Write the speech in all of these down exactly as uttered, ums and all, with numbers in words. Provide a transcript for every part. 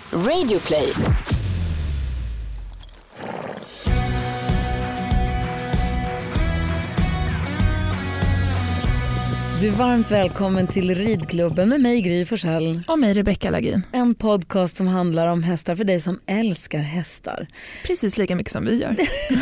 Radioplay. Du är varmt välkommen till Ridklubben med mig Gry Forssell. Och mig Rebecca Lagin. En podcast som handlar om hästar för dig som älskar hästar. Precis lika mycket som vi gör.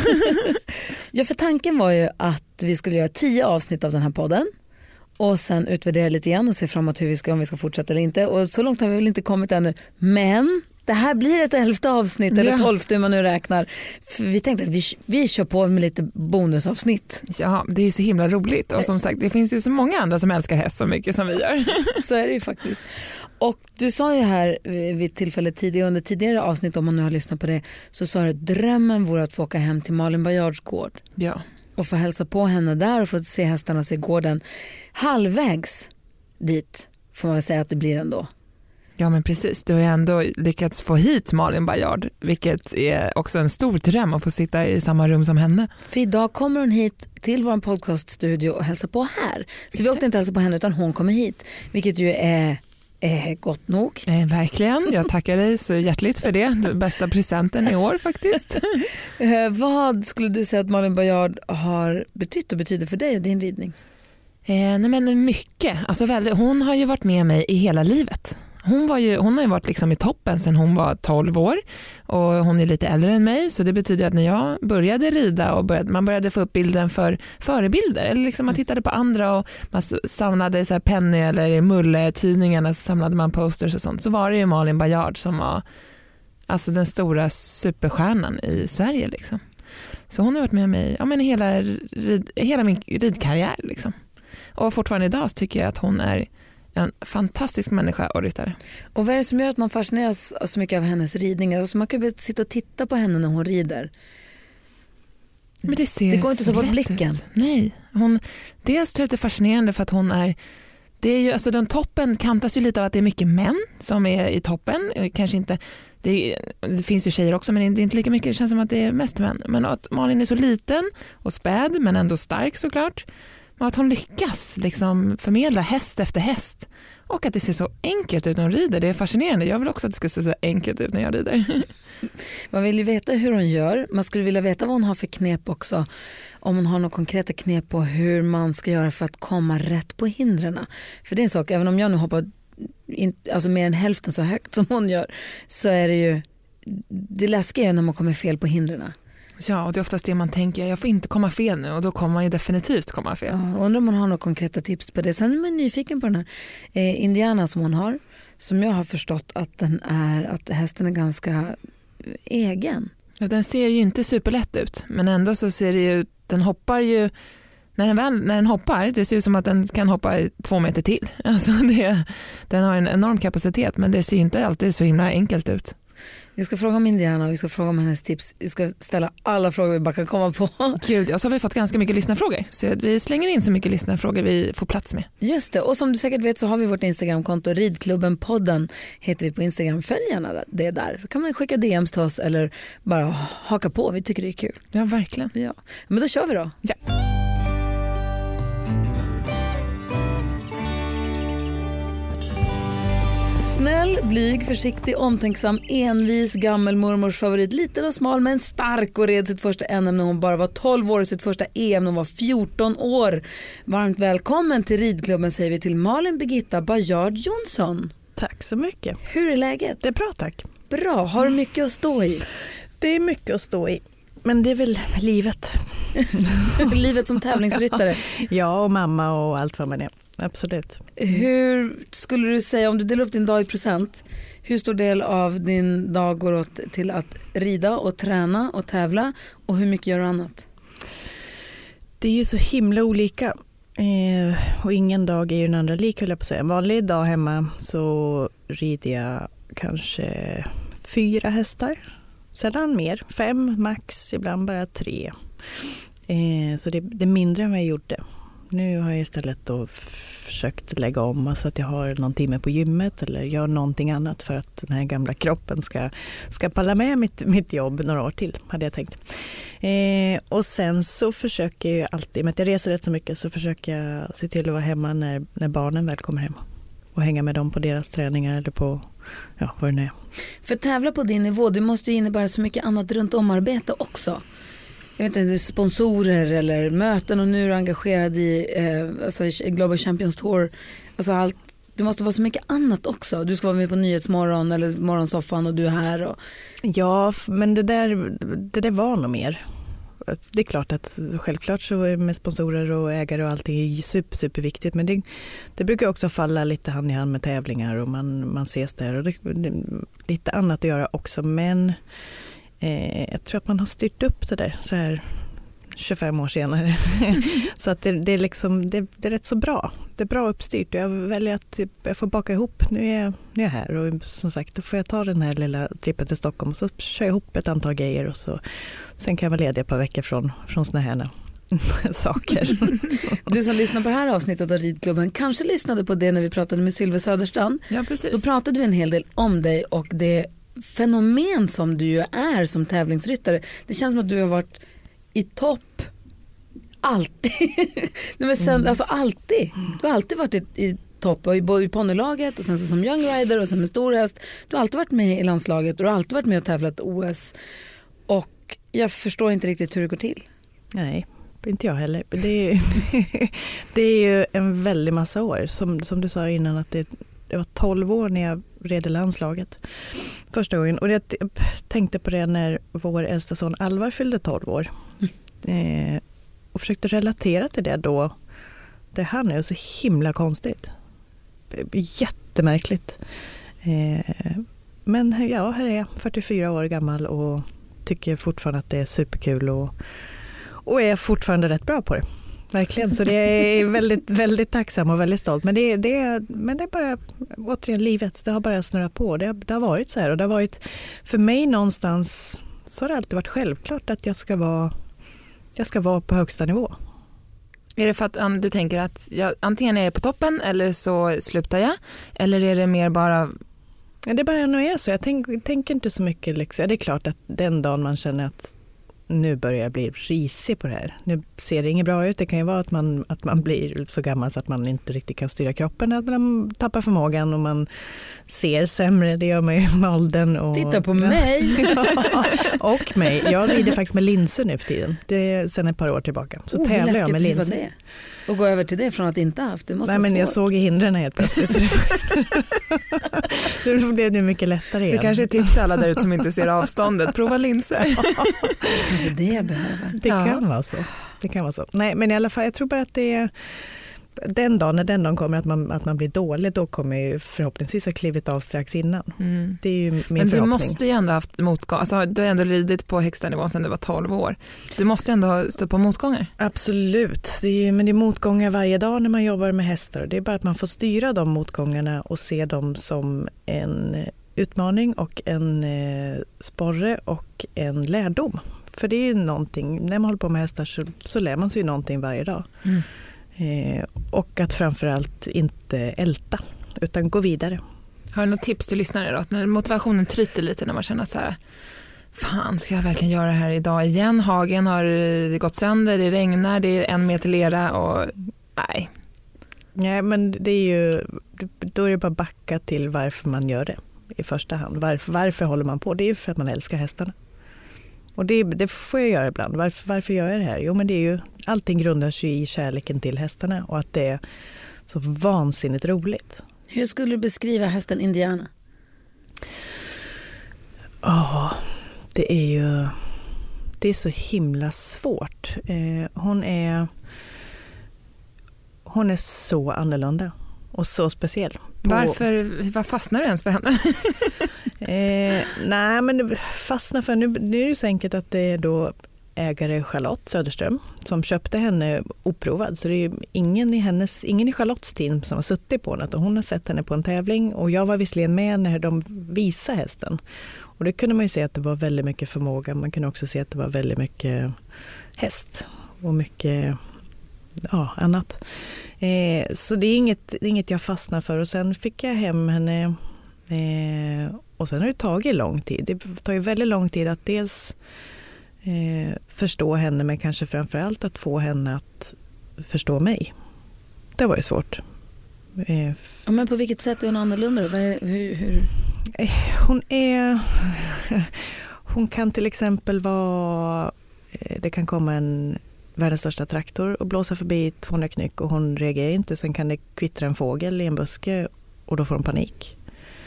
Ja, för tanken var ju att vi skulle göra tio avsnitt av den här podden. Och sen utvärdera lite igen och se framåt hur vi ska, om vi ska fortsätta eller inte. Och så långt har vi väl inte kommit ännu. Men det här blir ett elfte avsnitt, ja. Eller tolfte hur man nu räknar. För vi tänkte att vi, vi kör på med lite bonusavsnitt. Ja, det är ju så himla roligt. Och som sagt, det finns ju så många andra som älskar häst så mycket som vi gör. Så är det ju faktiskt. Och du sa ju här vid tillfället tidigare, under tidigare avsnitt, om man nu har lyssnat på det, så sa du att drömmen vore att få åka hem till Malin Baryards gård. Ja. Och få hälsa på henne där och få se hästarna och se gården. Halvvägs dit får man väl säga att det blir ändå. Ja, men precis. Du har ju ändå lyckats få hit Malin Baryard, vilket är också en stor dröm att få sitta i samma rum som henne. För idag kommer hon hit till vår podcaststudio och hälsa på här. Så Exakt. Vi åkte inte hälsa på henne utan hon kommer hit, vilket ju är, är gott nog. Eh, verkligen. Jag tackar dig så hjärtligt för det. Den bästa presenten i år faktiskt. eh, vad skulle du säga att Malin Baryard har betytt och betyder för dig och din ridning? Eh, nej men mycket. Alltså väldigt, hon har ju varit med mig i hela livet. Hon, var ju, hon har ju varit liksom i toppen sedan hon var tolv år och hon är lite äldre än mig, så det betyder att när jag började rida och började, man började få upp bilden för förebilder, eller liksom man tittade på andra och man samlade så här Penny eller i Mulle-tidningarna, så samlade man posters och sånt, så var det ju Malin Baryard som var alltså den stora superstjärnan i Sverige liksom. Så hon har varit med mig ja, men hela, rid, hela min ridkarriär liksom. Och fortfarande idag så tycker jag att hon är en fantastisk människa och ryttare. Och vad är det som gör att man fascineras så mycket av hennes ridningar? Och så man kan väl sitta och titta på henne när hon rider. Men det, ser det går inte att ta bort blicken. Ut. Nej, hon, dels tror jag att det är fascinerande för att hon är, det är ju, alltså den toppen kantas ju lite av att det är mycket män som är i toppen. Kanske inte, det, är, det finns ju tjejer också men det är inte lika mycket, det känns som att det är mest män. Men att Malin är så liten och späd men ändå stark såklart. Och att hon lyckas liksom förmedla häst efter häst. Och att det ser så enkelt ut när hon rider. Det är fascinerande. Jag vill också att det ska se så enkelt ut när jag rider. Man vill ju veta hur hon gör. Man skulle vilja veta vad hon har för knep också. Om hon har några konkreta knep på hur man ska göra för att komma rätt på hindren. För det är en sak, även om jag nu hoppar in, alltså mer än hälften så högt som hon gör, så är det ju det läskiga när man kommer fel på hindren. Ja, och det är oftast det man tänker, jag får inte komma fel nu, och då kommer man ju definitivt komma fel. Ja, undrar om man har några konkreta tips på det. Sen är man nyfiken på den här eh, Indiana som hon har, som jag har förstått att den är, att hästen är ganska egen. Ja, den ser ju inte superlätt ut, men ändå så ser det ju, den hoppar ju, när den, väl, när den hoppar, det ser ut som att den kan hoppa två meter till. Alltså det, den har en enorm kapacitet, men det ser inte alltid så himla enkelt ut. Vi ska fråga om Indiana och vi ska fråga om hennes tips. Vi ska ställa alla frågor vi bara kan komma på. Gud, ja, så har vi fått ganska mycket lyssnarfrågor. Så vi slänger in så mycket lyssnarfrågor vi får plats med. Just det, och som du säkert vet så har vi vårt Instagramkonto. Ridklubben-podden heter vi på Instagram. Följ gärna det där. Då kan man skicka D Ms till oss eller bara haka på. Vi tycker det är kul. Ja, verkligen. Ja. Men då kör vi då. Ja. Snäll, blyg, försiktig, omtänksam, envis, gammelmormors favorit. Liten och smal men stark och red sitt första N M när hon bara var tolv år och sitt första E M när hon var fjorton år. Varmt välkommen till Ridklubben säger vi till Malin Birgitta Baryard Jonsson. Tack så mycket. Hur är läget? Det är bra, tack. Bra, har du mycket att stå i? Det är mycket att stå i, men det är väl livet. Livet som tävlingsryttare. Ja, och mamma och allt vad man är. Absolut. Hur skulle du säga, om du delar upp din dag i procent, hur stor del av din dag går åt till att rida och träna och tävla, och hur mycket gör du annat? Det är ju så himla olika. Eh, och ingen dag är ju den andra lik, vill jag på säga. En vanlig dag hemma så rider jag kanske fyra hästar. Sedan mer, fem max, ibland bara tre. Eh, så det, det är mindre än vad jag gjorde. Nu har jag istället då försökt lägga om så att jag har någon timme på gymmet eller gör någonting annat för att den här gamla kroppen ska, ska palla med mitt, mitt jobb några år till, hade jag tänkt. Eh, och sen så försöker jag alltid, med att jag reser rätt så mycket, så försöker jag se till att vara hemma när, när barnen väl kommer hem och hänga med dem på deras träningar eller på, ja, vad det nu är. För att tävla på din nivå, det måste ju innebära så mycket annat runt omarbete också. Jag vet inte, sponsorer eller möten, och nu är du engagerad i eh, alltså Global Champions Tour. Alltså allt, det måste vara så mycket annat också. Du ska vara med på Nyhetsmorgon eller Morgonsoffan och du är här. Och... Ja, men det där, det där var nog mer. Det är klart att självklart så är med sponsorer och ägare och allting är super, superviktigt, men det, det brukar också falla lite hand i hand med tävlingar och man, man ses där och det, det är lite annat att göra också, men eh, jag tror att man har styrt upp det där så här tjugofem år senare. Så att det, det, är liksom, det, det är rätt så bra. Det är bra uppstyrt. Jag väljer att typ, jag får baka ihop. Nu är, jag, nu är jag här och som sagt då får jag ta den här lilla trippen till Stockholm och så kör jag ihop ett antal grejer och så, sen kan jag vara ledig ett par veckor från, från såna här saker. Du som lyssnar på det här avsnittet av Ridklubben kanske lyssnade på det när vi pratade med Sylve Söderstrand. Ja, precis. Då pratade vi en hel del om dig och det fenomen som du ju är som tävlingsryttare. Det känns som att du har varit i topp alltid. Nej, men sen, mm. alltså alltid. Du har alltid varit i, i topp och i, både i ponnylaget och sen så som young rider och sen med stor häst. Du har alltid varit med i landslaget och du har alltid varit med och tävlat O S. Och jag förstår inte riktigt hur det går till. Nej, inte jag heller. Det är, det är ju en väldig massa år. Som, som du sa innan att det, det var tolv år när jag red i landslaget första gången. Och jag tänkte på det när vår äldsta son Alvar fyllde tolv år. Mm. Eh, och försökte relatera till det då. Det han är så himla konstigt. Jättemärkligt. Eh, men ja, här är jag fyrtiofyra år gammal och tycker fortfarande att det är superkul och, och är fortfarande rätt bra på det. Verkligen, så det är väldigt, väldigt tacksam och väldigt stolt. Men det, det, men det är bara, återigen livet, det har bara snurrat på. Det, det har varit så här och det har varit, för mig någonstans så har det alltid varit självklart att jag ska vara, jag ska vara på högsta nivå. Är det för att du tänker att jag, antingen är jag på toppen eller så slutar jag? Eller är det mer bara... Ja, det är bara nog är så. Jag tänk, tänker inte så mycket. Liksom. Det är klart att den dagen man känner att nu börjar jag bli risig på det här. Nu ser det inget bra ut. Det kan ju vara att man, att man blir så gammal så att man inte riktigt kan styra kroppen. Att man tappar förmågan och man ser sämre. Det gör man ju med åldern. Och, titta på mig! Ja, och mig. Jag rider faktiskt med linser nu för tiden. Det är sedan ett par år tillbaka. Så oh, tävlar jag med linser. Det? Och gå över till det från att inte ha haft det. Måste Nej, men jag såg i hindren helt plötsligt. Så det blev det mycket lättare igen. Det kanske är tips till alla där ute som inte ser avståndet. Prova linser. Kanske det jag behöver. Det kan ja. vara så. Det kan vara så. Nej, men i alla fall, jag tror bara att det är den dagen när den dagen kommer att man, att man blir dålig, då kommer ju förhoppningsvis ha klivit av strax innan. Mm. Det är ju min Men förhoppning. du måste ju ändå ha haft motgång. Alltså, du har ändå ridit på högsta nivån sedan du var tolv år. Du måste ändå ha stått på motgångar. Absolut. Det är, men det är motgångar varje dag när man jobbar med hästar. Det är bara att man får styra de motgångarna och se dem som en utmaning och en eh, sporre och en lärdom. För det är ju någonting, när man håller på med hästar så, så lär man sig ju någonting varje dag. Mm. Eh, och att framförallt inte älta utan gå vidare. Har du något tips till lyssnare då? När motivationen tryter lite när man känner så här, fan ska jag verkligen göra det här idag igen? Hagen har gått sönder, det regnar, det är en meter lera och nej. Nej, men det är ju, då är det bara backa till varför man gör det i första hand. Varför, varför håller man på? Det är ju för att man älskar hästarna. Och det, det får jag göra ibland. Varför, varför gör jag det här? Jo, men det är ju, allting grundar sig i kärleken till hästarna och att det är så vansinnigt roligt. Hur skulle du beskriva hästen Indiana? Ja, oh, det är ju det är så himla svårt. Eh, hon är hon är så annorlunda och så speciell. På... Varför vad fastnar du ens för henne? eh, nej, men fastnar för nu, nu är det ju så enkelt att det är då ägare Charlotte Söderström som köpte henne oprovad, så det är ingen i hennes ingen i Charlottes team som har suttit på henne, och hon har sett henne på en tävling och jag var visserligen med när de visade hästen, och det kunde man ju se att det var väldigt mycket förmåga, man kunde också se att det var väldigt mycket häst och mycket ja, annat. Eh, så det är inget, det är inget jag fastnar för, och sen fick jag hem henne eh, och sen har det tagit lång tid. Det tar ju väldigt lång tid att dels eh, förstå henne, men kanske framförallt att få henne att förstå mig. Det var ju svårt. Eh, ja, men på vilket sätt är hon annorlunda då? Hur, hur? Hon är... Hon kan till exempel vara... Det kan komma en världens största traktor och blåsa förbi tvåhundra knyck och hon reagerar inte. Sen kan det kvittra en fågel i en buske och då får hon panik.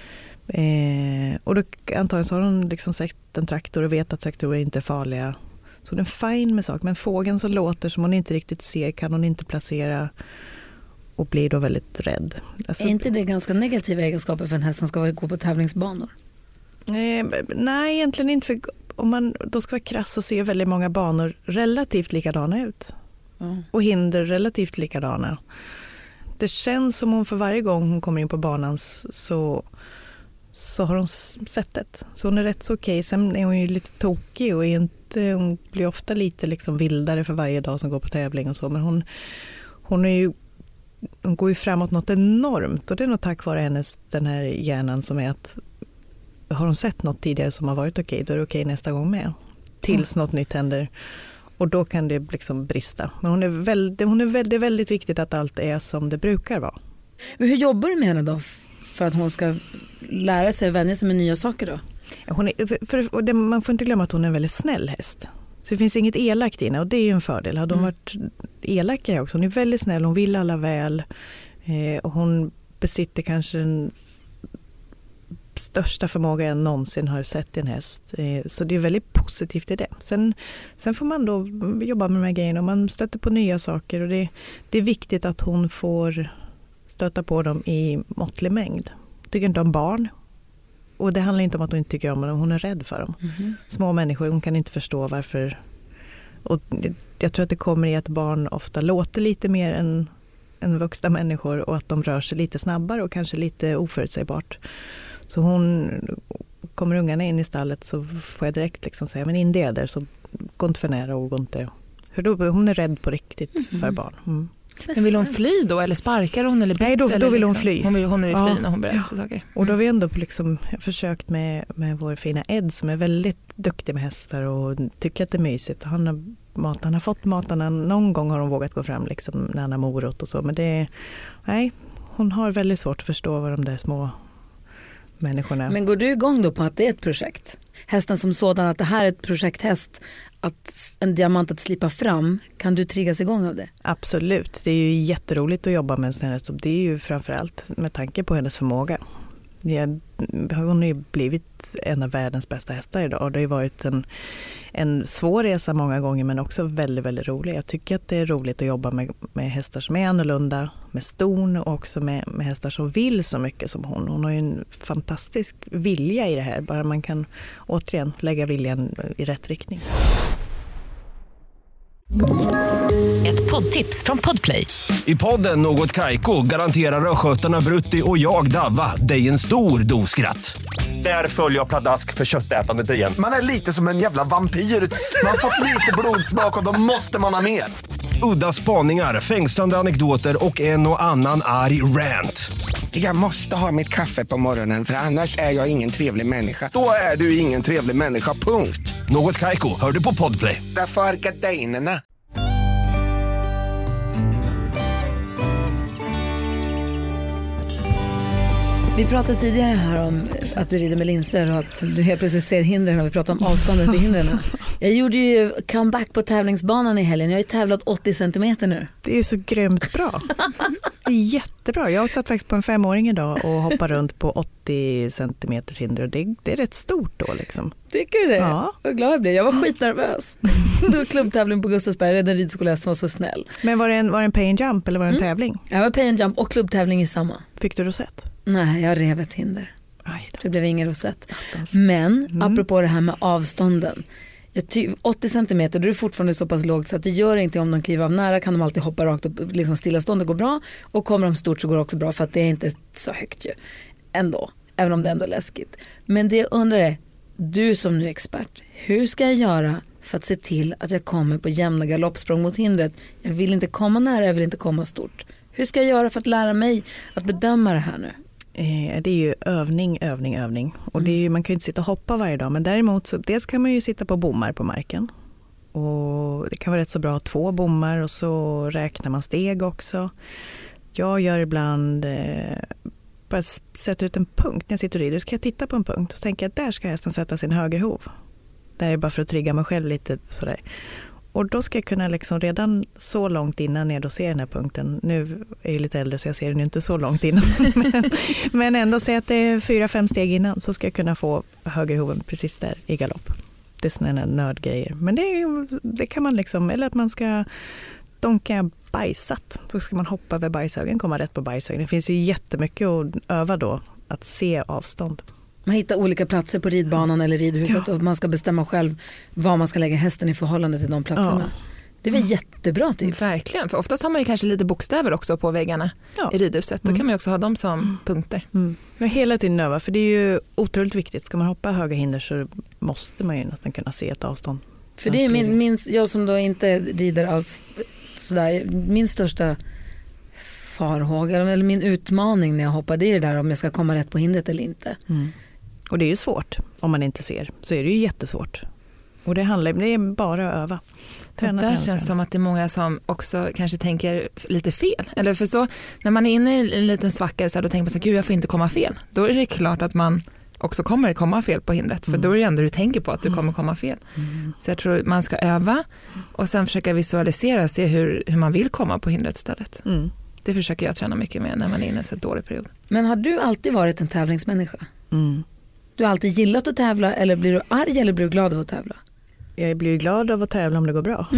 Eh, och då antagligen så har hon liksom sett en traktor och vet att traktorer inte är farliga. Så det är fine med sak. Men fågeln som låter som hon inte riktigt ser kan hon inte placera och blir då väldigt rädd. Alltså, är inte det ganska negativa egenskaper för en häst som ska gå på tävlingsbanor? Eh, nej, egentligen inte. För om man då ska vara krass så ser väldigt många banor relativt likadana ut. Mm. Och hinder relativt likadana. Det känns som hon för varje gång hon kommer in på banan så, så har hon sett det. Så hon är rätt så okej. Sen är hon ju lite tokig och är inte, hon blir ofta lite liksom vildare för varje dag som går på tävling och så. Men hon, hon, är ju, hon går ju framåt något enormt och det är nog tack vare hennes, den här hjärnan som är att har hon sett något tidigare som har varit okej, då är det okej nästa gång med. Tills mm. något nytt händer. Och då kan det liksom brista. Men hon är väldigt, hon är väldigt, det är väldigt viktigt att allt är som det brukar vara. Men hur jobbar du med henne då? För att hon ska lära sig och vänja sig med nya saker då? Hon är, för, och det, man får inte glömma att hon är en väldigt snäll häst. Så det finns inget elakt i henne och det är ju en fördel. Hade hon mm. varit elakare också. Hon är väldigt snäll, hon vill alla väl. Eh, och hon besitter kanske en största förmåga jag någonsin har sett i en häst. Så det är väldigt positivt i det. Sen, sen får man då jobba med de här grejerna och man stöter på nya saker och det, det är viktigt att hon får stöta på dem i måttlig mängd. Hon tycker inte om barn och det handlar inte om att hon inte tycker om dem, hon är rädd för dem. Mm-hmm. Små människor, hon kan inte förstå varför. Och jag tror att det kommer i att barn ofta låter lite mer än, än vuxna människor och att de rör sig lite snabbare och kanske lite oförutsägbart. Så hon, kommer ungarna in i stallet så får jag direkt liksom säga, men in det där så gå inte för nära och gå inte. För då, hon är rädd på riktigt mm. för barn. Mm. Men vill hon fly då eller sparkar hon eller bits? Nej, då, då vill hon fly. Hon, vill, hon är ju ja. fly när hon berättar för saker. Mm. Och då har vi ändå liksom, jag har försökt med, med vår fina Ed som är väldigt duktig med hästar och tycker att det är mysigt. Han har, mat, han har fått matarna, någon gång har hon vågat gå fram liksom, när han har morot och så. Men det är, nej, hon har väldigt svårt att förstå vad de där små människorna. Men går du igång då på att det är ett projekt? Hästen som sådan, att det här är ett projekthäst, att en diamant att slipa fram, kan du triggas igång av det? Absolut, det är ju jätteroligt att jobba med en sån häst. Det är ju framförallt med tanke på hennes förmåga. Jag, hon har ju blivit en av världens bästa hästar idag och det har ju varit en, en svår resa många gånger men också väldigt, väldigt rolig. Jag tycker att det är roligt att jobba med, med hästar som är annorlunda, med ston och också med, med hästar som vill så mycket som hon. Hon har ju en fantastisk vilja i det här, bara man kan återigen lägga viljan i rätt riktning. Ett poddtips från Podplay. I podden Något Kaiko garanterar röskötarna Brutti och jag Davva dig en stor doskratt. Där följer jag pladask för köttätandet igen. Man är lite som en jävla vampyr. Man har fått lite blodsmak och då måste man ha mer. Udda spaningar, fängslande anekdoter och en och annan arg rant. Jag måste ha mitt kaffe på morgonen för annars är jag ingen trevlig människa. Då är du ingen trevlig människa, punkt. Något Kaiko, hör du på Podplay. Därför är gardinerna. Vi pratade tidigare här om att du rider med linser och att du helt plötsligt ser hindren när vi pratar om avståndet till hindren. Jag gjorde ju comeback på tävlingsbanan i helgen. Jag har ju tävlat åttio centimeter nu. Det är så grymt bra. Det är jättebra. Jag har satt faktiskt på en femåring idag och hoppar runt på åttio centimeter hinder. Och det, det är rätt stort då liksom. Tycker du det? Ja. Vad glad jag blev. Jag var skitnervös. Det var klubbtävling på Gustavsberg. Den ridskoläst som var så snäll. Men var det en, var det en pay and jump eller var det en mm. tävling? Jag var pay and jump och klubbtävling i samma. Fick du rosett? Nej, jag rev ett hinder. Det blev ingen rosett. Men mm. apropå det här med avstånden. Ty- åttio centimeter, då är det fortfarande så pass lågt så att det gör inte om de kliver av nära kan de alltid hoppa rakt upp, liksom stillastående går bra och kommer de stort så går det också bra för att det är inte så högt ju ändå, även om det är ändå läskigt. Men det jag undrar är, du som nu är expert, hur ska jag göra för att se till att jag kommer på jämna galoppsprång mot hindret? Jag vill inte komma nära, jag vill inte komma stort. Hur ska jag göra för att lära mig att bedöma det här nu? Det är ju övning, övning, övning. Och det är ju, man kan ju inte sitta och hoppa varje dag. Men däremot så dels kan man ju sitta på bommar på marken. Och det kan vara rätt så bra att ha två bommar och så räknar man steg också. Jag gör ibland eh, bara sätter ut en punkt när jag sitter och rider, så kan jag titta på en punkt och så tänker jag att där ska hästen sätta sin högerhov. Det är bara för att trigga mig själv lite sådär. Och då ska jag kunna liksom redan så långt innan jag då ser den här punkten, nu är jag lite äldre så jag ser den inte så långt innan, men, men ändå säga att det är fyra, fem steg innan så ska jag kunna få högerhoven precis där i galopp. Det är sådana nördgrejer. Men det, det kan man liksom, eller att man ska donka bajsat, så ska man hoppa över bajshögen, komma rätt på bajshögen. Det finns ju jättemycket att öva då, att se avstånd. Man hittar olika platser på ridbanan eller ridhuset ja. och man ska bestämma själv var man ska lägga hästen i förhållande till de platserna. Ja. Det är väl jättebra tips. Verkligen, för oftast har man ju kanske lite bokstäver också på väggarna ja. i ridhuset. Då kan man ju också ha dem som mm. punkter. Mm. Men hela tiden öva, för det är ju otroligt viktigt. Ska man hoppa höga hinder så måste man ju nästan kunna se ett avstånd. För det är min, min, jag som då inte rider alls sådär, min största farhåga eller min utmaning när jag hoppar, det är det där om jag ska komma rätt på hindret eller inte. Mm. Och det är ju svårt om man inte ser, så är det ju jättesvårt. Och det handlar det är bara att öva. Träna, där känns som att det är många som också kanske tänker lite fel. Eller för så, när man är inne i en liten svacka så här, då tänker man så här, gud jag får inte komma fel. Då är det klart att man också kommer komma fel på hindret. För mm. då är det ändå du tänker på att du kommer komma fel. Mm. Så jag tror man ska öva och sen försöka visualisera och se hur, hur man vill komma på hindret istället. Mm. Det försöker jag träna mycket med när man är inne i en så dålig period. Men har du alltid varit en tävlingsmänniska? Mm. Du har alltid gillat att tävla, eller blir du arg eller blir du glad av att tävla? Jag blir glad av att tävla om det går bra.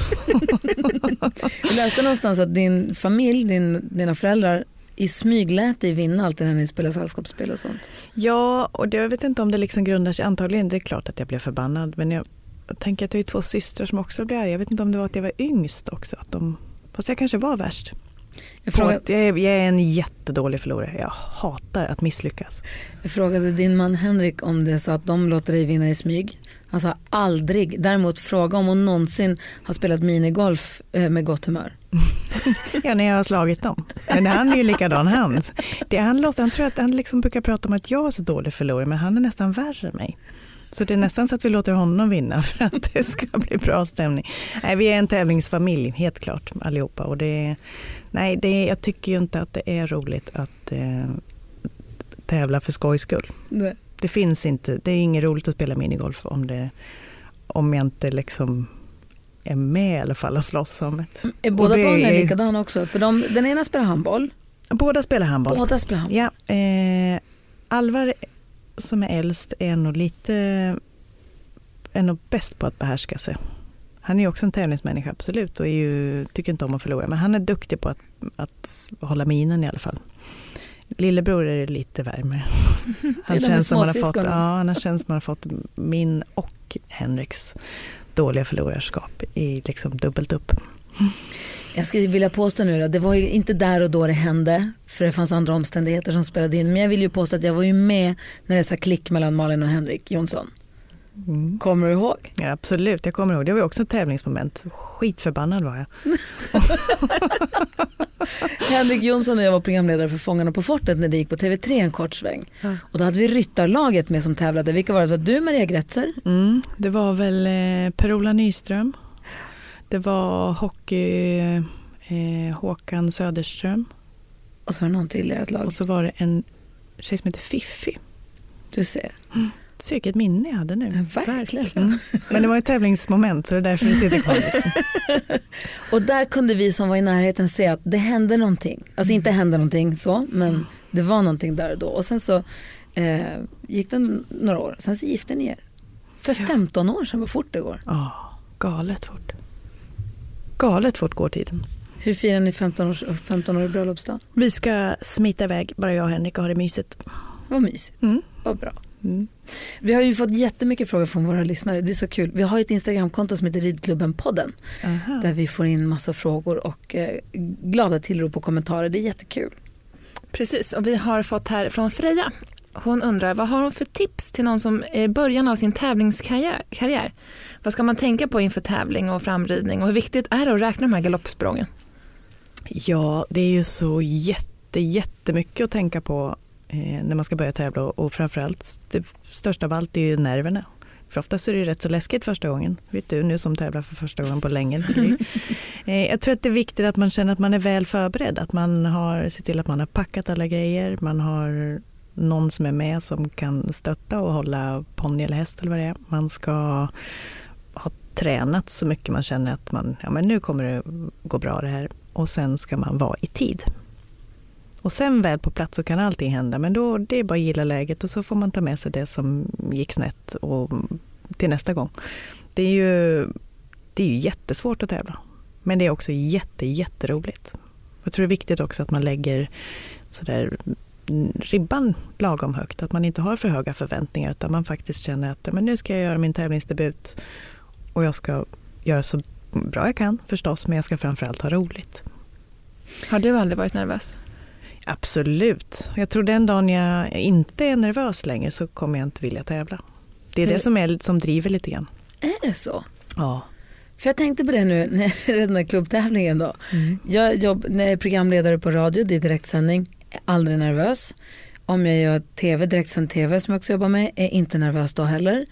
Jag läste någonstans att din familj, din, dina föräldrar i smyg lät dig vinna alltid när ni spelar sällskapsspel och sånt. Ja, och det, jag vet inte om det liksom grundar sig, antagligen det är klart att jag blev förbannad, men jag, jag tänker att jag har två systrar som också blir arga. Jag vet inte om det var att jag var yngst också, att de, fast jag kanske var värst. Jag, frågade, jag, är, jag är en jättedålig förlorare. Jag hatar att misslyckas. Jag frågade din man Henrik om det, så att de låter dig vinna i smyg. Han sa aldrig. Däremot fråga om hon någonsin har spelat minigolf med gott humör. Ja, när jag har slagit dem. Men han är ju likadan hans. Det han, låter, han tror att han liksom brukar prata om att jag är så dålig förlorare, men han är nästan värre än mig. Så det är nästan så att vi låter honom vinna för att det ska bli bra stämning. Nej, vi är en tävlingsfamilj, helt klart, allihopa. Och det, nej, det, jag tycker ju inte att det är roligt att eh, tävla för skojs skull. Nej. Det finns inte, det är inget roligt att spela minigolf om, det, om jag inte liksom är med i alla fall och slåss om ett. Är båda det, barnen likadana också? För de, den ena spelar handboll. Båda spelar handboll. Båda spelar handboll. Ja, eh, Alvar som är äldst är nog lite är nog bäst på att behärska sig. Han är ju också en tävlingsmänniska, absolut, och är ju, tycker inte om att förlora, men han är duktig på att, att hålla minen i alla fall. Lillebror är lite värme. Han känns som man har fått, ja, han känns som man har fått min och Henriks dåliga förlorarskap i liksom dubbelt upp. Jag skulle vilja påstå nu då, det var ju inte där och då det hände, för det fanns andra omständigheter som spelade in, men jag vill ju påstå att jag var ju med när det sa klick mellan Malin och Henrik Jonsson. Mm. Kommer du ihåg? Ja, absolut, jag kommer ihåg. Det var ju också ett tävlingsmoment. Skitförbannad var jag. Henrik Jonsson och jag var programledare för Fångarna på fortet när det gick på T V tre en kort sväng. Mm. Och då hade vi ryttarlaget med som tävlade. Vilka var det? Var du, Maria Gretzer? Mm, det var väl eh, Per-Ola Nyström. Det var hockey eh, Håkan Söderström. Och så var det någon till i ert lag. Och så var det en tjej som heter Fiffi. Du ser. Mm. Så vilket minne jag hade nu. Ja, verkligen. Mm. Men det var ett tävlingsmoment, så det är därför vi sitter kvar. Och där kunde vi som var i närheten se att det hände någonting. Alltså inte hände någonting så, men mm. det var någonting där och då. Och sen så eh, gick det några år. Sen så gifte ni er. För femton år sedan, vad fort det går. Ja, oh, galet fort. Galet fort går tiden. Hur firar ni femton års, femton år i bröllopsdag? Vi ska smita iväg, bara jag och Henrik, och ha det mysigt. Vad mysigt, mm. vad bra. Mm. Vi har ju fått jättemycket frågor från våra lyssnare. Det är så kul. Vi har ett Instagramkonto som heter Ridklubben-podden. Aha. Där vi får in massa frågor och eh, glada tillrop och kommentarer. Det är jättekul. Precis, och vi har fått här från Freja. Hon undrar, vad har hon för tips till någon som är i början av sin tävlingskarriär? Karriär? Vad ska man tänka på inför tävling och framridning? Och hur viktigt är det att räkna de här galoppsprången? Ja, det är ju så jätte, jättemycket att tänka på när man ska börja tävla, och framförallt det största av allt är ju nerverna. För oftast är det rätt så läskigt första gången. Vet du, nu som tävlar för första gången på länge. Jag tror att det är viktigt att man känner att man är väl förberedd. Att man har sett till att man har packat alla grejer. Man har någon som är med som kan stötta och hålla ponny eller häst eller vad det är. Man ska ha tränat så mycket man känner att man, ja, men nu kommer det gå bra det här. Och sen ska man vara i tid. Och sen väl på plats så kan allting hända, men då det är bara att gilla läget och så får man ta med sig det som gick snett och till nästa gång. Det är ju, det är ju jättesvårt att tävla, men det är också jätte, jätteroligt. Jag tror det är viktigt också att man lägger så där ribban lagom högt, att man inte har för höga förväntningar utan man faktiskt känner att men nu ska jag göra min tävlingsdebut och jag ska göra så bra jag kan förstås, men jag ska framförallt ha roligt. Har du aldrig varit nervös? Absolut. Jag tror den dagen jag inte är nervös längre så kommer jag inte vilja tävla. Det är Hur? det som, är, som driver lite grann. Är det så? Ja. För jag tänkte på det nu när den här klubbtävlingen då. Mm. Jag jobb, när jag är programledare på radio, det är direktsändning, är aldrig nervös. Om jag gör tv, direktsänd tv som jag också jobbar med, är inte nervös då heller.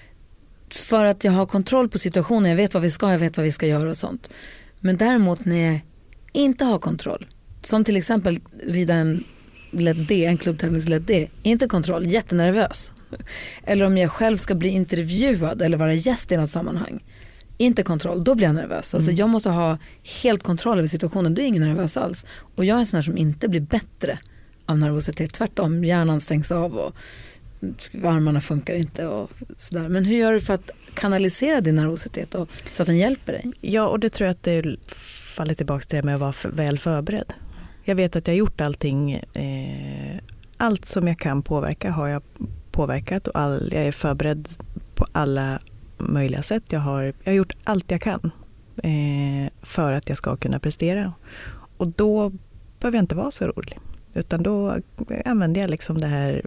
För att jag har kontroll på situationen, jag vet vad vi ska, jag vet vad vi ska göra och sånt. Men däremot när jag inte har kontroll, som till exempel rida en lätt D, en klubbtävlingslätt D, inte kontroll, jättenervös. Eller om jag själv ska bli intervjuad eller vara gäst i något sammanhang, inte kontroll, då blir jag nervös. Alltså mm. jag måste ha helt kontroll över situationen, då är ingen nervös alls. Och jag är en sån här som inte blir bättre av nervositet, tvärtom, hjärnan stängs av och armarna funkar inte och sådär. Men hur gör du för att kanalisera din nervositet och, så att den hjälper dig? Ja, och det tror jag att det faller tillbaka till det med att vara för, väl förberedd. Jag vet att jag har gjort allting, eh, allt som jag kan påverka har jag påverkat och all, jag är förberedd på alla möjliga sätt. Jag har, jag har gjort allt jag kan eh, för att jag ska kunna prestera. Och då behöver jag inte vara så rolig. Utan då använder jag liksom det här,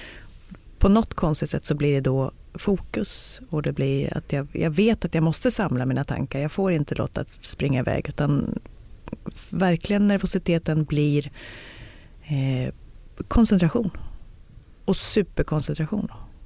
på något konstigt sätt så blir det då fokus och det blir att jag, jag vet att jag måste samla mina tankar. Jag får inte låta att springa iväg utan verkligen nervositeten blir eh, koncentration och superkoncentration.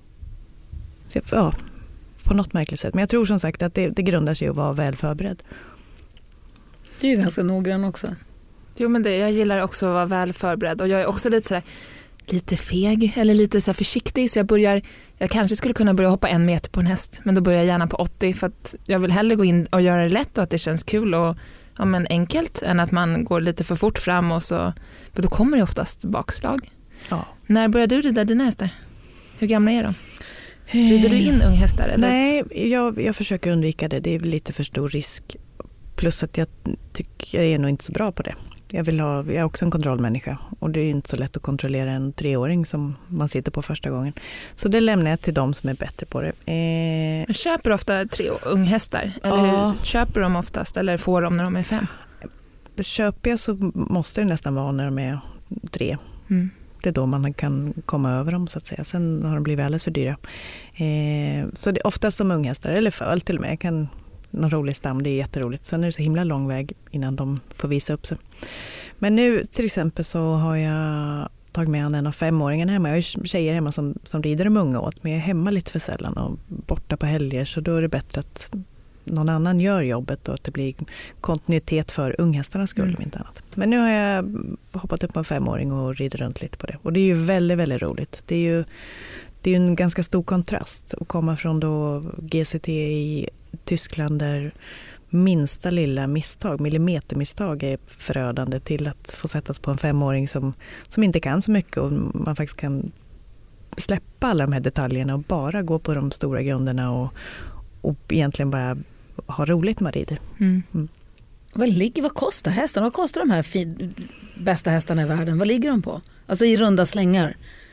Så, ja, på något märkligt sätt. Men jag tror som sagt att det, det grundar sig att vara väl förberedd. Du är ju ganska noggrann också. Jo, men det, jag gillar också att vara väl förberedd och jag är också lite sådär lite feg eller lite så här försiktig så jag börjar, jag kanske skulle kunna börja hoppa en meter på en häst men då börjar jag gärna på åttio för att jag vill hellre gå in och göra det lätt och att det känns kul och ja, men enkelt än att man går lite för fort fram och så, för då kommer det oftast bakslag. Ja. När började du rida dina hästar? Hur gamla är de? Rider du in unghästar? Eller? Nej, jag, jag försöker undvika det. Det är lite för stor risk. Plus att jag tycker jag är nog inte så bra på det. Jag, vill ha, jag är också en kontrollmänniska och det är inte så lätt att kontrollera en treåring som man sitter på första gången. Så det lämnar jag till dem som är bättre på det. Eh... Men köper du ofta tre unghästar? Eller ja. hur köper de oftast eller får de när de är fem? Det köper jag så måste det nästan vara när de är tre. Mm. Det är då man kan komma över dem så att säga. Sen har de blivit alldeles för dyra. Eh, så det är oftast som unghästar eller föl till och med. Jag kan, någon rolig stam, det är jätteroligt. Sen är det så himla lång väg innan de får visa upp sig. Men nu till exempel så har jag tagit med en av femåringen hemma. Jag har tjejer hemma som, som rider de unga åt. Men jag är hemma lite för sällan och borta på helger. Så då är det bättre att någon annan gör jobbet och att det blir kontinuitet för unghästarnas skull, mm. inte annat. Men nu har jag hoppat upp på en femåring och rider runt lite på det. Och det är ju väldigt, väldigt roligt. Det är ju, det är ju en ganska stor kontrast att komma från då G C T i Tyskland där minsta lilla misstag, millimetermisstag är förödande till att få sättas på en femåring som, som inte kan så mycket och man faktiskt kan släppa alla de här detaljerna och bara gå på de stora grunderna och, och egentligen bara ha roligt med rider. Mm. Mm. Vad, ligger, vad kostar hästarna? Vad kostar de här fin, bästa hästarna i världen? Vad ligger de på? Alltså i runda slängar?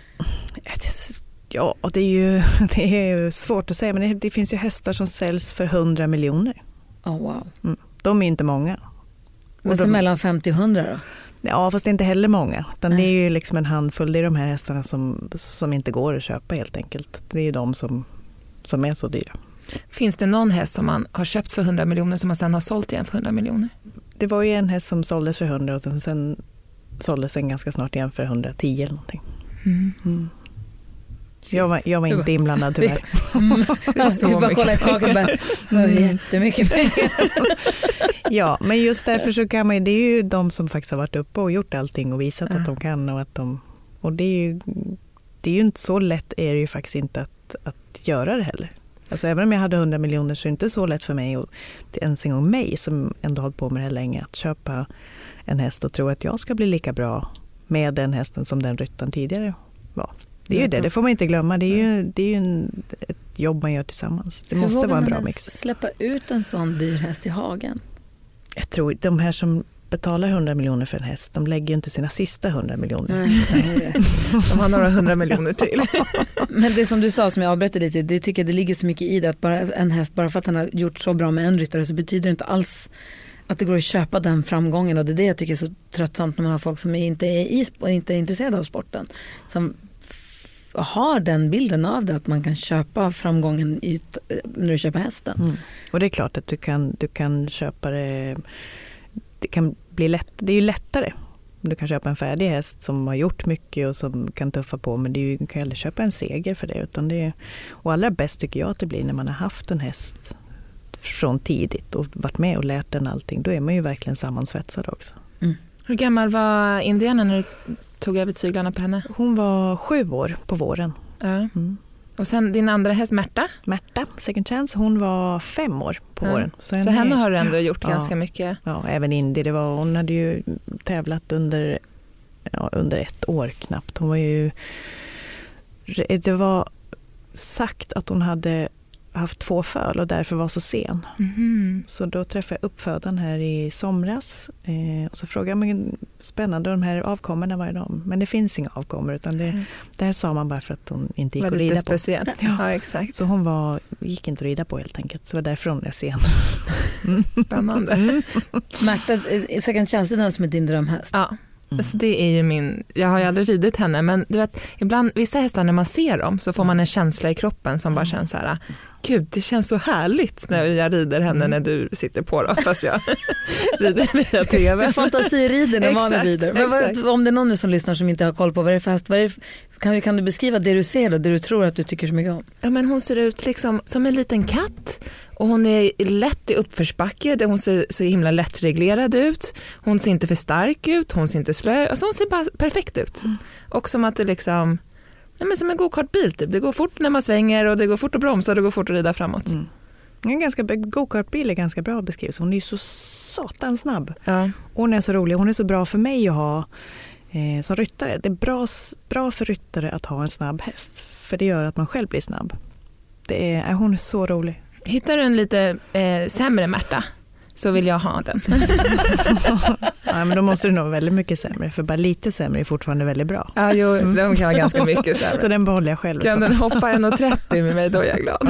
Ja, det är ju det är svårt att säga, men det, det finns ju hästar som säljs för hundra miljoner. Oh, wow. Mm. De är inte många. Men så de, mellan femtio och hundra då? Ja, fast det är inte heller många. Utan det är ju liksom en handfull. Det är de här hästarna som, som inte går att köpa helt enkelt. Det är ju de som, som är så dyra. Finns det någon häst som man har köpt för hundra miljoner som man sen har sålt igen för hundra miljoner? Det var ju en häst som såldes för hundra och sen såldes den ganska snart igen för hundratio eller någonting. Mm. Mm. Jag var, jag var inte inblandad tyvärr. Vi bara kollar i taket och bara, jättemycket pengar. Ja, men just därför så kan man, det är ju de som faktiskt har varit uppe och gjort allting och visat ja. att de kan. Och, att de, och det är ju, det är ju inte så lätt, är det ju faktiskt inte att, att göra det heller. Alltså även om jag hade hundra miljoner så är det inte så lätt för mig, och ens en gång mig som ändå hållit på med det här länge, att köpa en häst och tro att jag ska bli lika bra med den hästen som den ryttaren tidigare var. Det är ju det, det får man inte glömma. Det är ju, det är ju en, ett jobb man gör tillsammans. Det måste vara en bra mix. Släppa ut en sån dyr häst i hagen? Jag tror de här som betalar hundra miljoner för en häst, de lägger ju inte sina sista hundra miljoner. Nej, de har några hundra miljoner till. Men det som du sa, som jag avbröt lite, det tycker jag det ligger så mycket i det, att bara en häst, bara för att han har gjort så bra med en ryttare, så betyder det inte alls att det går att köpa den framgången. Och det är det jag tycker är så tröttsamt när man har folk som inte är, i, inte är intresserade av sporten, som har den bilden av det, att man kan köpa framgången i, när du köper hästen. Mm. Och det är klart att du kan, du kan köpa det, det kan bli lätt, det är ju lättare. Du kan köpa en färdig häst som har gjort mycket och som kan tuffa på, men det är ju, du kan aldrig köpa en seger för det. Utan det är, och allra bäst tycker jag att det blir när man har haft en häst från tidigt och varit med och lärt den allting. Då är man ju verkligen sammansvetsad också. Mm. Hur gammal var Indiana när du tog över tyglarna på henne? Hon var sju år på våren. Ja. Mm. Och sen din andra häst, Märta? Märta, Second Chance, hon var fem år på ja. våren. Så, så henne har du ändå gjort ja. ganska mycket? Ja, även Indy. Det var, hon hade ju tävlat under, ja, under ett år knappt. Hon var ju... Det var sagt att hon hade haft två föl och därför var så sen. Mm. Så då träffade jag uppfödaren här i somras eh, och så frågade jag, men spännande, de här avkommorna, var är de? Men det finns inga avkommor, utan det, mm. det här sa man bara för att hon inte gick att rida speciellt. På. Ja. Ja, exakt. Så hon var, gick inte att rida på helt enkelt. Så det var därför hon är sen. Mm. Spännande. Mm. Märta, Second Chance är den som är din drömhäst? Ja. Mm. Alltså det är ju min, jag har ju aldrig ridit henne, men du vet, ibland, vissa hästar när man ser dem så får man en känsla i kroppen som bara känns så här, gud, det känns så härligt när jag rider henne när du sitter på då, fast jag rider via tv. Du fantasirider när man rider. Men vad, om det är någon nu som lyssnar som inte har koll på vad det är för häst, vad är det, kan, kan du beskriva det du ser och det du tror att du tycker så mycket om? Ja, men hon ser ut liksom som en liten katt. Och hon är lätt i uppförsbacke, hon ser så himla lättreglerad ut. Hon ser inte för stark ut, hon ser inte slö, alltså hon ser bara perfekt ut. Mm. Och som att det liksom, ja, men som en go-kartbil typ. Det går fort när man svänger och det går fort att bromsa och det går fort att rida framåt. Mm. En ganska, go-kartbil är ganska bra beskrivet. Hon är ju så satan snabb. Ja. Hon är så rolig, hon är så bra för mig att ha eh, som ryttare. Det är bra, bra för ryttare att ha en snabb häst, för det gör att man själv blir snabb. Det är, hon är så rolig. Hittar du en lite eh, sämre Märta så vill jag ha den. Ja, men då måste du nog väldigt mycket sämre, för bara lite sämre är fortfarande väldigt bra. Ja, jo, de kan vara ganska mycket sämre. Så den behåller jag själv. Kan så. Den hoppa en trettio med mig, då är jag glad.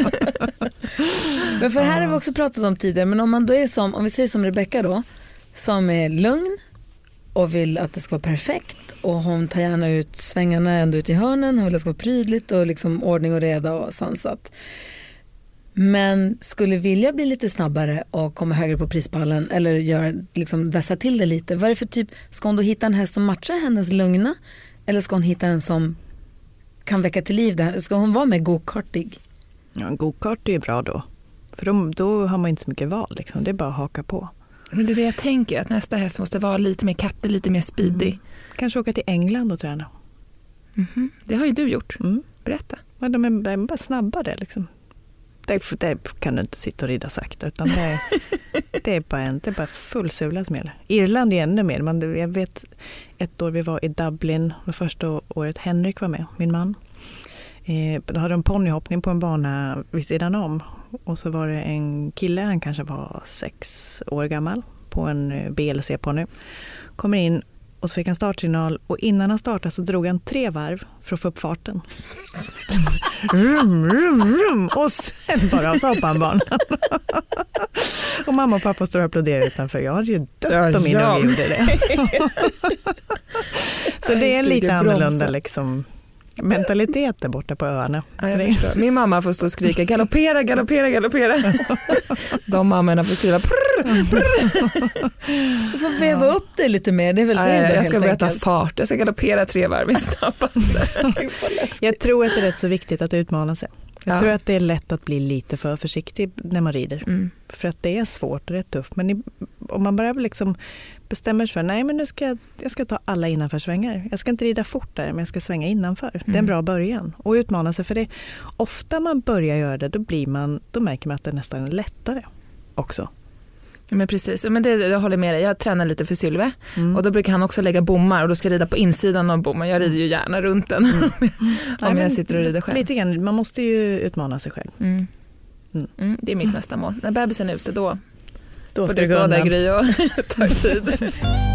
Men för här har vi också pratat om tidigare, men om man då är som, om vi säger som Rebecca då, som är lugn och vill att det ska vara perfekt, och hon tar gärna ut svängarna ändå ut i hörnen, hon vill att det ska vara prydligt och liksom ordning och reda och sansat. Men skulle vilja bli lite snabbare och komma högre på prispallen eller göra, liksom vässa till det lite. Vad är det för typ, ska hon då hitta en häst som matchar hennes lugna, eller ska hon hitta en som kan väcka till liv det? Ska hon vara med go-kartig? Ja, en go-kart är ju bra då. För då, då har man inte så mycket val liksom. Det är bara att haka på. Men det är det jag tänker, att nästa häst måste vara lite mer kattig, lite mer speedy. Mm. Kanske åka till England och träna. Mm-hmm. Det har ju du gjort. Mm. Berätta. Ja, de är, de är bara snabbare liksom. Det, det kan du inte sitta och rida sakta, utan det är, det är bara, en, det är bara full sula som gäller. Irland är ännu mer. Man, jag vet ett år vi var i Dublin, det första året Henrik var med, min man. Eh, då hade de ponnyhoppning på en bana vid sidan om. Och så var det en kille, han kanske var sex år gammal, på en B L C-ponny. Kommer in och så fick han startsignal, och innan han startade så drog han tre varv för att få upp farten. rum, rum, rum. Och sen bara så hoppade han banan. Och mamma och pappa står och applåderar utanför. Jag hade ju dött ja, om innan vi gjorde det. Så det är en lite annorlunda liksom mentalitet där borta på öarna. Ja, min mamma får stå och skrika galoppera, galoppera, galoppera. De mammorna får skriva prrr, Du får veva upp dig lite mer. Det är väl det. Nej, då, jag ska helt berätta enkelt. fart. Jag ska galoppera tre varv snabbast. Jag tror att det är rätt så viktigt att utmana sig. Jag Ja. tror att det är lätt att bli lite för försiktig när man rider. Mm. För att det är svårt och rätt tufft. Men i, om man bara liksom bestämmer sig för nej men nu ska jag, jag ska ta alla innanför svängar. Jag ska inte rida fort där men jag ska svänga innanför. Mm. Det är en bra början. Och utmana sig för det. Ofta man börjar göra det då, blir man, då märker man att det nästan är lättare också. Ja, men precis, men det, jag håller med dig. Jag tränar lite för Sylve Mm. och då brukar han också lägga bommar och då ska jag rida på insidan av bommen. Jag rider ju gärna runt den mm. om Nej, jag sitter och rider själv. Lite grann, man måste ju utmana sig själv. Mm. Mm. Mm, det är mitt nästa mål. När bebisen är ute då, Då får ska du det gå stå där undan. Gry och ta tid.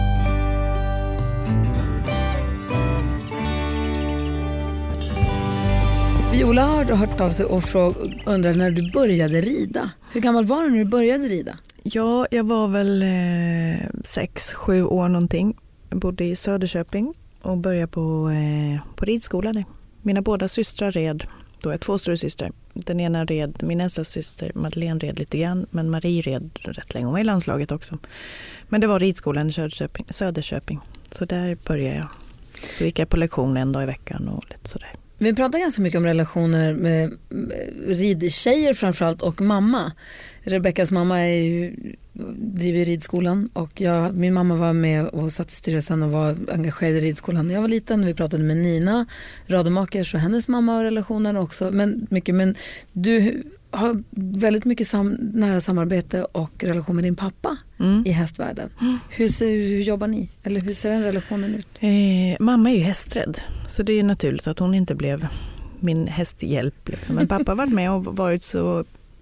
Viola har hört av sig och fråg, undrar när du började rida. Hur gammal var du när du började rida? Ja, jag var väl eh, sex, sju år någonting. Jag bodde i Söderköping och började på, eh, på ridskolan. Mina båda systrar red, då är jag två stora systrar. Den ena red, min äldsta syster Madeleine red lite grann, men Marie red rätt länge. Hon var i landslaget också. Men det var ridskolan i Söderköping, Söderköping. Så där började jag. Så gick jag på lektion en dag i veckan och lite sådär. Vi pratar ganska mycket om relationer med ridtjejer framförallt och mamma. Rebeckas mamma är ju, driver ridskolan och jag, min mamma var med och satt i styrelsen och var engagerad i ridskolan när jag var liten. Vi pratade med Nina Rademacher och hennes mamma och relationen också. Men, mycket, men du har väldigt mycket sam, nära samarbete och relation med din pappa Mm. i hästvärlden. Mm. Hur, ser, hur jobbar ni? Eller hur ser den relationen ut? Eh, mamma är ju hästrädd, så det är naturligt att hon inte blev min hästhjälp. Liksom. Men pappa har varit med och varit så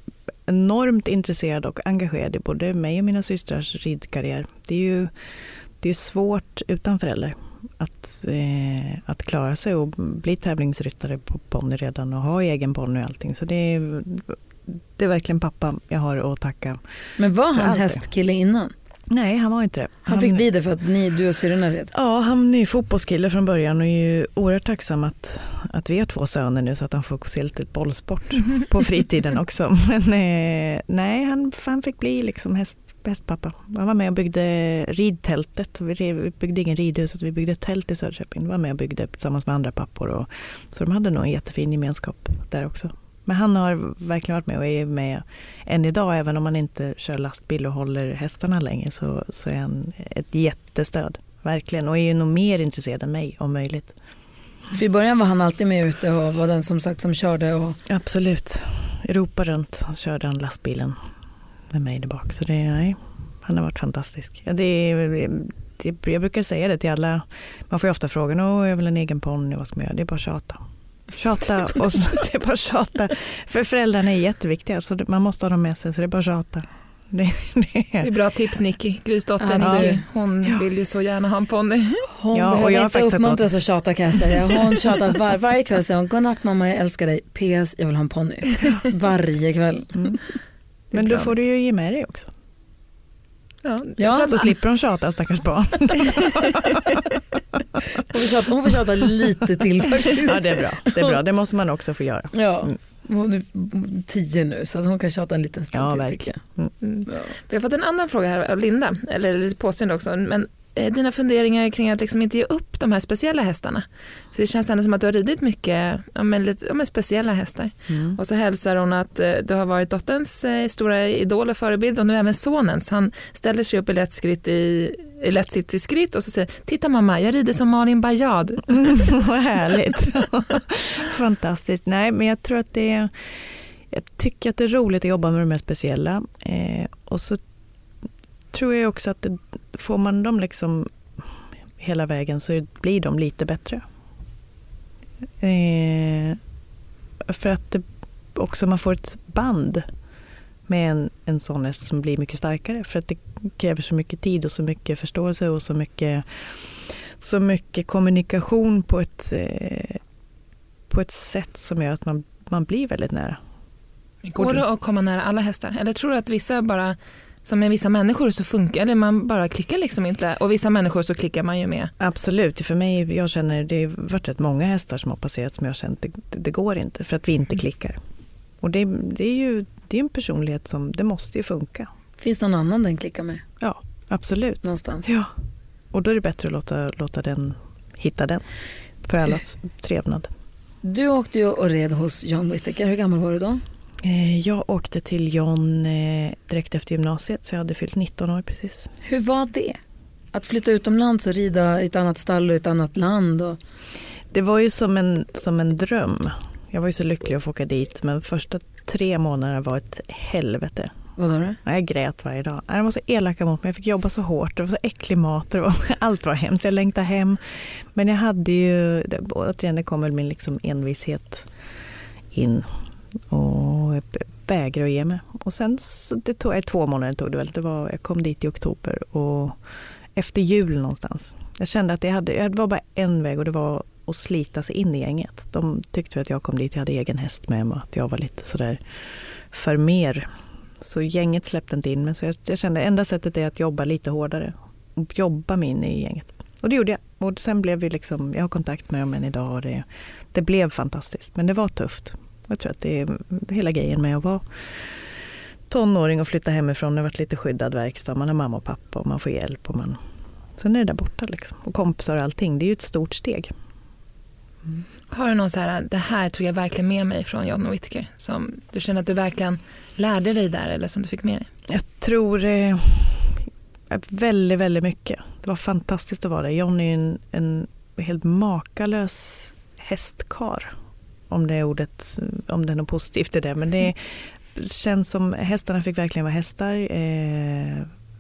enormt intresserad och engagerad i både mig och mina systrars ridkarriär. Det är ju, det är svårt utan föräldrar att, eh, att klara sig och bli tävlingsryttare på ponny redan och ha egen ponny och allting. Så det är, det är verkligen pappa jag har att tacka. Men var han allt det. hästkille innan? Nej, han var inte det. Han fick bli det för att ni, du och syrrorna red? Ja, han är ju fotbollskille från början och är ju oerhört tacksam att, att vi har två söner nu så att han får se lite bollsport på fritiden också. Men eh, nej, han, han fick bli liksom häst, hästpappa. Han var med och byggde ridtältet. Vi byggde ingen ridhus, vi byggde ett tält i Söderköping. Han var med och byggde tillsammans med andra pappor. Och, så de hade nog en jättefin gemenskap där också. Men han har verkligen varit med och är med än idag, även om han inte kör lastbil och håller hästarna längre, så, så är han ett jättestöd, verkligen. Och är ju nog mer intresserad än mig om möjligt. För i början var han alltid med ute och var den som sagt som körde. Och... Absolut. Europa runt så körde han lastbilen med mig där bak. Så det, nej, han har varit fantastisk. Ja, det, det, jag brukar säga det till alla. Man får ju ofta frågan, åh, jag vill en egen ponny, vad ska man göra? Det är bara tjata. Tjata och så, det är bara tjata. För föräldrarna är jätteviktiga så man måste ha dem med sig, så det är bara tjata. Det, det, Det är bra tips, Nicky. Grys dotter Ja, Nicky. Hon ja. vill ju så gärna ha en ponny. Hon Ja, och behöver jag har inte faktiskt uppmuntras att tjata, kan jag säga. Hon tjatar var, varje kväll, säger hon, godnatt mamma, jag älskar dig. P S, jag vill ha en ponny. Varje kväll. Mm. Men då får du ju ge med dig också. Ja, Ja, Så slipper de tjata, stackars barn. hon, får tjata, hon får tjata lite till faktiskt. Ja, det är bra. Det är bra. Det måste man också få göra. Ja, Mm. hon är tio nu så att hon kan tjata en liten stund Ja, till, verkligen. tycker jag. Mm. Ja. Vi har fått en annan fråga här av Linda, eller lite påstående också, men eh, dina funderingar kring att liksom inte ge upp de här speciella hästarna. För det känns ändå som att du har ridit mycket ja, men lite, ja, men speciella hästar. Mm. Och så hälsar hon att eh, du har varit dotterns eh, stora idol och förebild och nu även sonens. Han ställer sig upp i lätt skritt i, i lätt sitt i skritt och så säger, titta mamma, jag rider som Malin Bajad. Mm, vad härligt. Fantastiskt. Nej, men jag tror att det är, jag tycker att det är roligt att jobba med de här speciella. Eh, och så tror jag också att det, får man dem liksom hela vägen så blir de lite bättre. Eh, för att det också man får ett band med en, en sån häst som blir mycket starkare. För att det kräver så mycket tid och så mycket förståelse och så mycket, så mycket kommunikation på ett, eh, på ett sätt som gör att man, man blir väldigt nära. Går det att komma nära alla hästar? Eller tror du att vissa bara, som med vissa människor så funkar, eller man bara klickar liksom inte, och vissa människor så klickar man ju med? Absolut, för mig, jag känner, det har varit rätt många hästar som har passerat som jag har känt, det, det går inte för att vi inte klickar. Och det, det är ju det är en personlighet som, det måste ju funka. Finns det någon annan den klickar med? Ja, absolut. Någonstans? Ja, och då är det bättre att låta, låta den hitta den för allas trevnad. Du åkte ju och red hos John Whittaker. Hur gammal var du då? Jag åkte till John direkt efter gymnasiet, så jag hade fyllt nitton år precis. Hur var det? Att flytta utomlands och rida i ett annat stall och ett annat land? Och... Det var ju som en, som en dröm. Jag var ju så lycklig att få åka dit, men första tre månader var ett helvete. Vad var det? Jag grät varje dag. De var så elaka mot mig. Jag fick jobba så hårt. Det var så äcklig mat. Det var, allt var hemskt. Jag längtade hem. Men jag hade ju... Det, återigen, det kom väl min liksom envishet in. Och jag vägrade att ge mig. Och sen, så det tog två månader tog det väl. Det var, jag kom dit i oktober. Och efter jul någonstans. Jag kände att jag hade, jag var bara en väg. Och det var att slita sig in i gänget. De tyckte att jag kom dit. Jag hade egen häst med mig. Att jag var lite sådär för mer... Så gänget släppte inte in mig. Så jag, jag kände enda sättet är att jobba lite hårdare. Och jobba mig in i gänget. Och det gjorde jag. Och sen blev vi liksom, jag har kontakt med dem än idag. Och det, det blev fantastiskt. Men det var tufft. Jag tror att det är hela grejen med att vara tonåring och flytta hemifrån. Det har varit lite skyddad verkstad. Man har mamma och pappa och man får hjälp. Och man, sen är det där borta liksom. Och kompisar och allting. Det är ju ett stort steg. Mm. Har du någon så här, det här tog jag verkligen med mig från John Whittaker, som du känner att du verkligen lärde dig där, eller som du fick med dig? Jag tror eh, väldigt, väldigt mycket. Det var fantastiskt att vara där. John är en, en helt makalös hästkar, om det är ordet, om det är något positivt i det. Men det känns som hästarna fick verkligen vara hästar. Eh,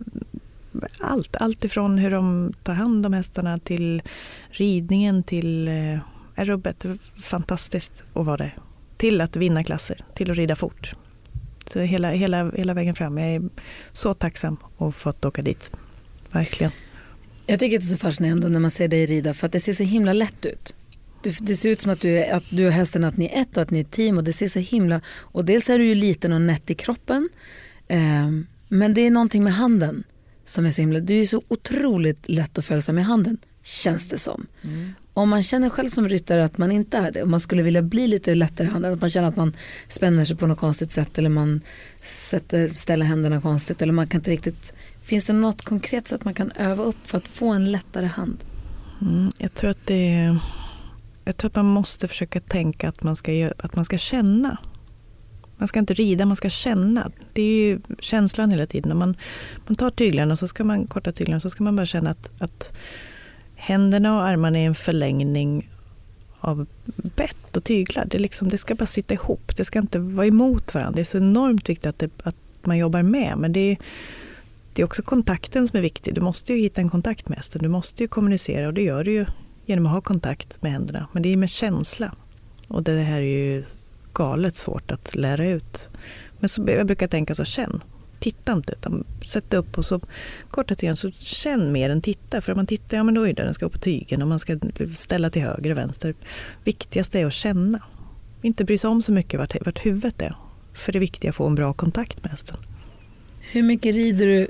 allt, allt ifrån hur de tar hand om hästarna till ridningen till... Eh, är rubbet fantastiskt att vara där. Till att vinna klasser, till att rida fort. Så hela, hela, hela vägen fram. Jag är så tacksam att få åka dit. Verkligen. Jag tycker att det är så fascinerande när man ser dig rida, för att det ser så himla lätt ut. Det ser ut som att du, är, att du och hästen, att ni är ett och att ni är ett team, och det ser så himla... Och dels är du ju liten och nätt i kroppen, eh, men det är någonting med handen som är så himla... Det är ju så otroligt lätt att följa med handen, känns det som. Mm. Om man känner själv som ryttare att man inte är det, och man skulle vilja bli lite lättare i handen, att man känner att man spänner sig på något konstigt sätt, eller man sätter, ställer händerna konstigt, eller man kan inte riktigt... Finns det något konkret sätt man kan öva upp för att få en lättare hand? Mm, jag tror att det är... Jag tror att man måste försöka tänka att man ska, göra, att man ska känna. Man ska inte rida, man ska känna. Det är ju känslan hela tiden. När man, man tar tyglarna och så ska man korta tyglarna, så ska man bara känna att, att händerna och armarna är en förlängning av bett och tyglar. Det, är liksom, det ska bara sitta ihop. Det ska inte vara emot varandra. Det är så enormt viktigt att, det, att man jobbar med. Men det är, det är också kontakten som är viktig. Du måste ju hitta en kontakt med hästen. Du måste ju kommunicera, och det gör du ju genom att ha kontakt med händerna. Men det är med känsla. Och det här är ju galet svårt att lära ut. Men så, jag brukar tänka så, känn. Titta inte, utan sätt upp och så korta tiden, så känn mer än titta. För om man tittar, ja men då är det, den ska upp på tygen och man ska ställa till höger och vänster. Viktigast är att känna. Inte bry sig om så mycket vart, vart huvudet är. För det är viktigt att få en bra kontakt med hästen. Hur mycket rider du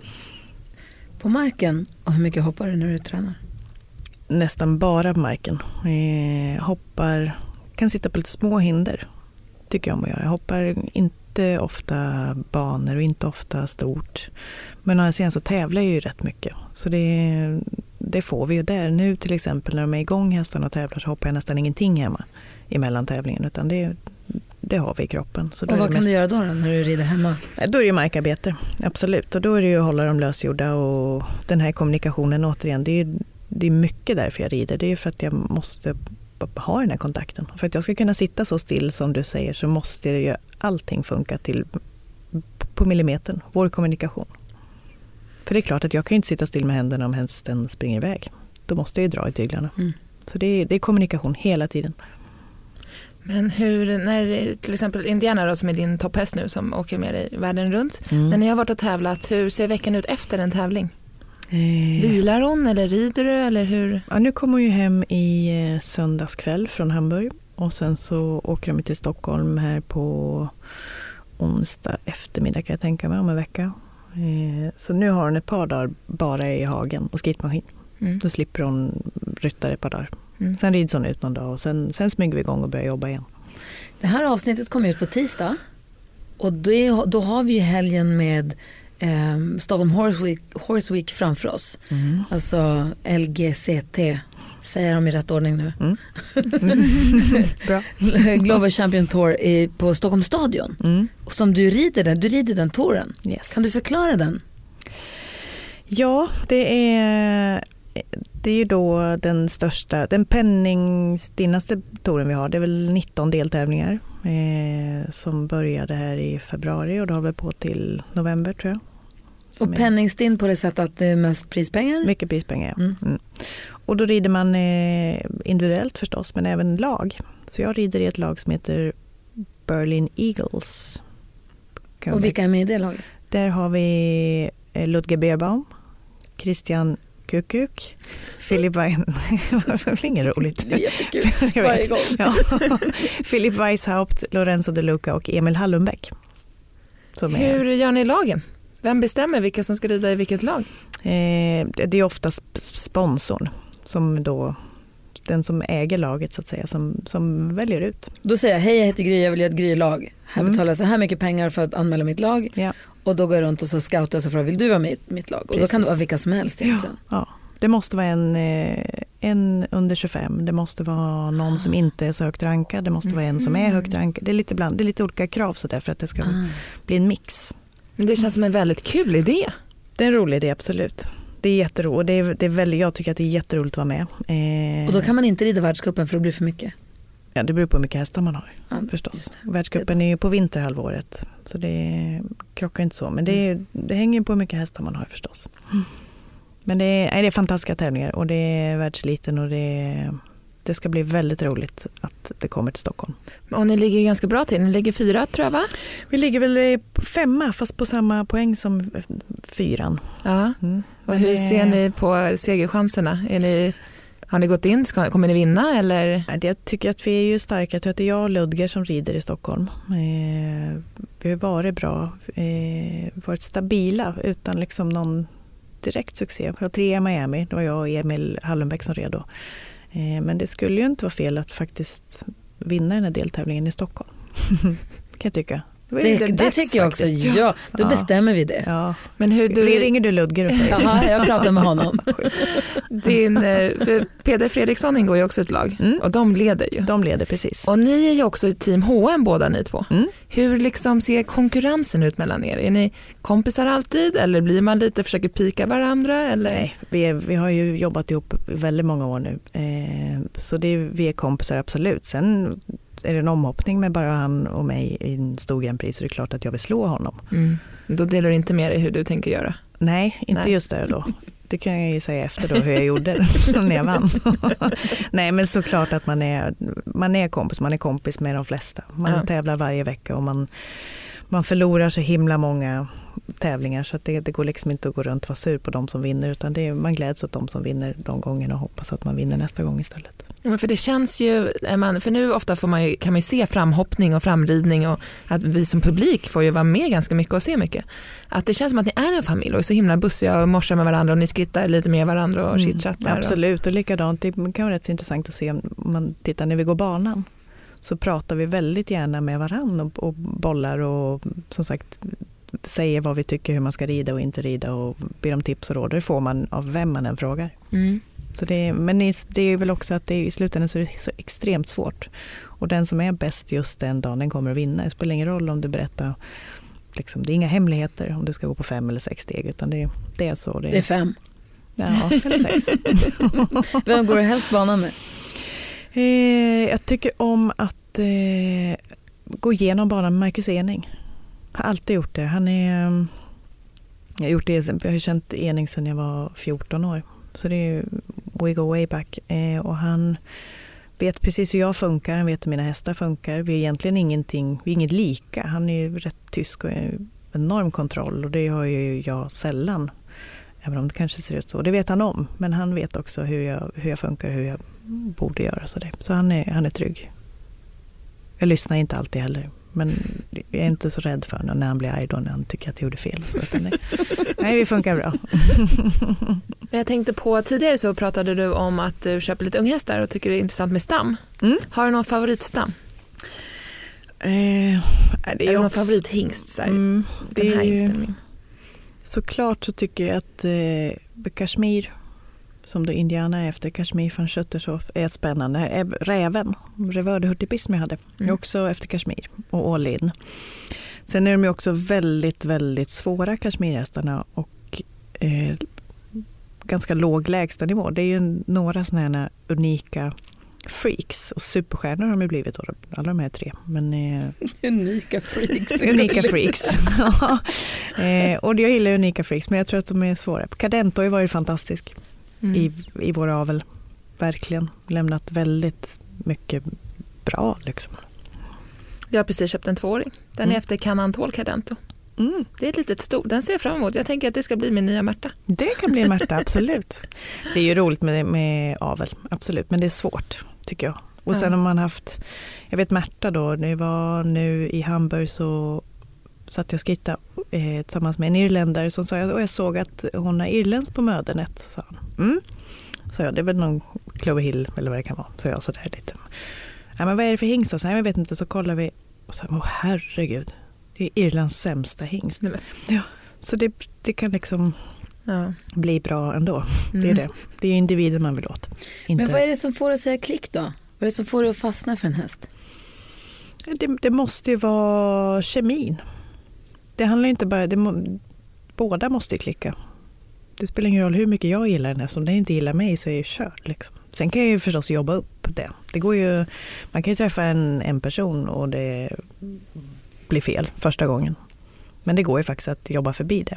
på marken och hur mycket hoppar du när du tränar? Nästan bara på marken. Jag hoppar, kan sitta på lite små hinder, tycker jag om att göra. Jag hoppar inte ofta banor och inte ofta stort. Men när jag sen så tävlar jag ju rätt mycket. Så det, det får vi ju där. Nu till exempel när de är igång hästarna och tävlar, så hoppar jag nästan ingenting hemma emellan tävlingen. Utan det, det har vi i kroppen. Så och vad kan mest... du göra då, då när du rider hemma? Då är det ju markarbete, absolut. Och då är det ju att hålla dem lösgjorda, och den här kommunikationen återigen, det är ju det är mycket därför jag rider. Det är för att jag måste ha den här kontakten. För att jag ska kunna sitta så still som du säger, så måste det ju allting funka till på millimetern. Vår kommunikation. För det är klart att jag kan inte sitta still med händerna om hästen springer iväg. Då måste jag ju dra i tyglarna. Mm. Så det är, det är kommunikation hela tiden. Men hur, när till exempel Indiana då, som är din topphäst nu, som åker med dig världen runt. Mm. När ni har varit och tävlat, hur ser veckan ut efter en tävling? Eh. Vilar hon eller rider du, eller hur? Ja, nu kommer hon ju hem i eh, söndagskväll från Hamburg, och sen så åker de till Stockholm här på onsdag eftermiddag, kan jag tänka mig, om en vecka. Eh, så nu har hon ett par dagar bara i hagen och skidmaskin. Mm. Då slipper hon rytta ett par dagar. Mm. Sen rids hon ut någon dag och sen, sen smyger vi igång och börjar jobba igen. Det här avsnittet kommer ut på tisdag, och det, då har vi ju helgen med eh, Stockholm Horse Week, Horse Week framför oss. Mm. Alltså L G C T, säger de i rätt ordning nu. Mm. Bra. Global Champion Tour i, på Stockholm stadion. Mm. Och som du rider den, du rider den touren. Yes. Kan du förklara den? Ja, det är, det är ju då den största, den penningstinnaste touren vi har. Det är väl nitton deltävlingar eh, som började här i februari och då har vi på till november tror jag. Och penningstinn på det sättet att det är mest prispengar? Mycket prispengar, ja. Mm. Mm. Och då rider man eh, individuellt förstås, men även lag. Så jag rider i ett lag som heter Berlin Eagles. Kan och vilka är med i det laget? Där har vi eh, Ludger Beerbaum, Christian Kukuk, Philip Wein... Det är inget roligt. Det är jättekul varje gång. Ja. Philip Weishaupt, Lorenzo De Luca och Emil Hallunbäck. Som är... Hur gör ni lagen? Vem bestämmer vilka som ska rida i vilket lag? Eh, det är oftast sponsorn som då, den som äger laget så att säga, som, som väljer ut. Då säger jag, hej jag heter Gry, jag vill göra ett Gry-lag. Här mm. betalar jag så här mycket pengar för att anmäla mitt lag. Ja. Och då går jag runt och så scoutar jag så för vill du vara med i mitt lag? Precis. Och då kan det vara vilka som helst egentligen. Ja, ja. Det måste vara en, en under tjugofem. Det måste vara någon som inte är så högt rankad. Det måste vara en som är högt rankad. Det är lite, bland, det är lite olika krav så där för att det ska mm. bli en mix. Men det känns som en väldigt kul idé. Det är en rolig idé, absolut. Det är jätteroligt. Det är, det är väldigt, jag tycker att det är jätteroligt att vara med. Eh, och då kan man inte rida världscupen för det blir för mycket? Ja, det beror på hur mycket hästar man har, ja, förstås. Världscupen är ju på vinterhalvåret, så det krockar inte så. Men det, det hänger ju på hur mycket hästar man har förstås. Mm. Men det är, nej, det är fantastiska tävlingar och det är världseliten och det, det ska bli väldigt roligt att det kommer till Stockholm. Och ni ligger ganska bra till. Ni ligger fyra tror jag, va? Vi ligger väl femma fast på samma poäng som fyran. Ja. Mm. Och hur ser ni på segerchanserna? Är ni, har ni gått in? Ska, kommer ni vinna? Eller? Jag tycker att vi är ju starka. Jag tror att det är jag och Ludger som rider i Stockholm. Eh, vi har varit bra. Eh, varit stabila utan liksom någon direkt succé. Jag har tre i Miami. Det var jag och Emil Hallunbäck som red då. Eh, men det skulle ju inte vara fel att faktiskt vinna den här deltävlingen i Stockholm. Kan jag tycka. Det, det, det tycker jag också, ja, då ja. bestämmer vi det. Ja. Men hur du... ringer du Ludger och säger? Jaha, jag pratar med honom. Din, för Peder Fredriksson ingår ju också ett lag mm. och de leder ju. De leder, precis. Och ni är ju också i team H och M båda ni två. Mm. Hur liksom ser konkurrensen ut mellan er? Är ni kompisar alltid eller blir man lite, försöker pika varandra? Eller? Nej, vi, är, vi har ju jobbat ihop väldigt många år nu. Eh, så det är, vi är kompisar absolut. Sen är det en omhoppning med bara han och mig i en stor Grand Prix så är det klart att jag vill slå honom. Mm. Då delar du inte med dig hur du tänker göra? Nej, inte Nej. just där då. Det kan jag ju säga efter då hur jag gjorde när jag vann. Nej, men såklart att man är, man är kompis, man är kompis med de flesta. Man ja. tävlar varje vecka och man, man förlorar så himla många tävlingar så att det, det går liksom inte att gå runt och vara sur på de som vinner utan det är, man gläds åt de som vinner de gångerna och hoppas att man vinner nästa gång istället. Ja, för det känns ju, man, för nu ofta får man ju, kan man ju se framhoppning och framridning och att vi som publik får ju vara med ganska mycket och se mycket. Att det känns som att ni är en familj och är så himla bussiga och morsar med varandra och ni skrittar lite med varandra och chitchattar. Mm, absolut, och, och likadant, det kan vara rätt intressant att se om man tittar när vi går banan så pratar vi väldigt gärna med varandra och, och bollar och som sagt säger vad vi tycker hur man ska rida och inte rida och ber om tips och råd. Det får man av vem man än frågar. Mm. Så det, men det är väl också att det i slutändan så är det så extremt svårt. Och den som är bäst just den dagen den kommer att vinna. Det spelar ingen roll om du berättar, liksom, det är inga hemligheter om du ska gå på fem eller sex steg utan det, det är så. Det är, det är fem. Ja, eller sex. Vem går du helst banan med? Eh, jag tycker om att eh, gå igenom banan med Marcus Ening. Jag har alltid gjort det. Han är, jag har gjort det, jag har känt Ening sedan jag var fjorton år. Så det är we go way back. Eh, och han vet precis hur jag funkar. Han vet hur mina hästar funkar. Vi är egentligen ingenting, vi är inget lika. Han är ju rätt tysk och är enorm kontroll. Och det har ju jag sällan. Även om det kanske ser ut så. Det vet han om. Men han vet också hur jag, hur jag funkar, hur jag borde göra. Så, det. så han, är, han är trygg. Jag lyssnar inte alltid heller. Men jag är inte så rädd för när han blir arg då när han tycker att jag gjorde fel. Så det, nej, vi funkar bra. Jag tänkte på tidigare så pratade du om att du köper lite unghästar och tycker det är intressant med stam. Mm. Har du någon favoritstam? Eh, det är Eller någon favorithingst? Så här, mm, det den här är hingsten min. Såklart så tycker jag att eh, Kashmir, som då Indiana är efter Kashmir från Köttershof, är spännande. Räven, Revörde Hurtigbis som jag hade, är Mm. också efter Kashmir och all in. Sen är de ju också väldigt, väldigt svåra Kashmirhästarna och eh, ganska låg lägsta nivå. Det är ju några sådana här unika freaks och superstjärnor har de ju blivit, alla de här tre. Men, eh, Unika freaks. unika freaks. Ja. eh, och jag gillar unika freaks, men jag tror att de är svåra. Cadento har ju varit fantastisk Mm. i, i vår avel. Verkligen. Lämnat väldigt mycket bra liksom. Jag har precis köpt en tvååring. Den Mm. är efter Canantol Cadento. Mm. Det är ett litet stort. Den ser jag fram emot. Jag tänker att det ska bli min nya Märta. Det kan bli en Märta, absolut. Det är ju roligt med, med avel, absolut. Men det är svårt, tycker jag. Och sen Ja. om man haft, jag vet Märta då, det var nu i Hamburg så satt jag och skrittade eh, tillsammans med en irländare som sa, och jag såg att hon är irländsk på mödernet, sa han. Mm. Så jag, det är väl någon Clover Hill eller vad det kan vara. Så jag sådär lite. Ja, men vad är det för hingst? Så jag vet inte, så kollar vi och så, åh herregud, det är Irlands sämsta hingst. Nej, men. Ja, så det, det kan liksom Ja. bli bra ändå. Det är Mm. det. Det är individen man vill åt. Inte, Men vad är det som får dig att säga klick då? Vad är det som får dig att fastna för en häst? det, det måste ju vara kemin. Det handlar inte bara, det må, båda måste ju klicka. Det spelar ingen roll hur mycket jag gillar den här. Om den inte gillar mig så är jag körd. Liksom. Sen kan jag ju förstås jobba upp det. Det går ju, man kan ju träffa en, en person och det blir fel första gången. Men det går ju faktiskt att jobba förbi det.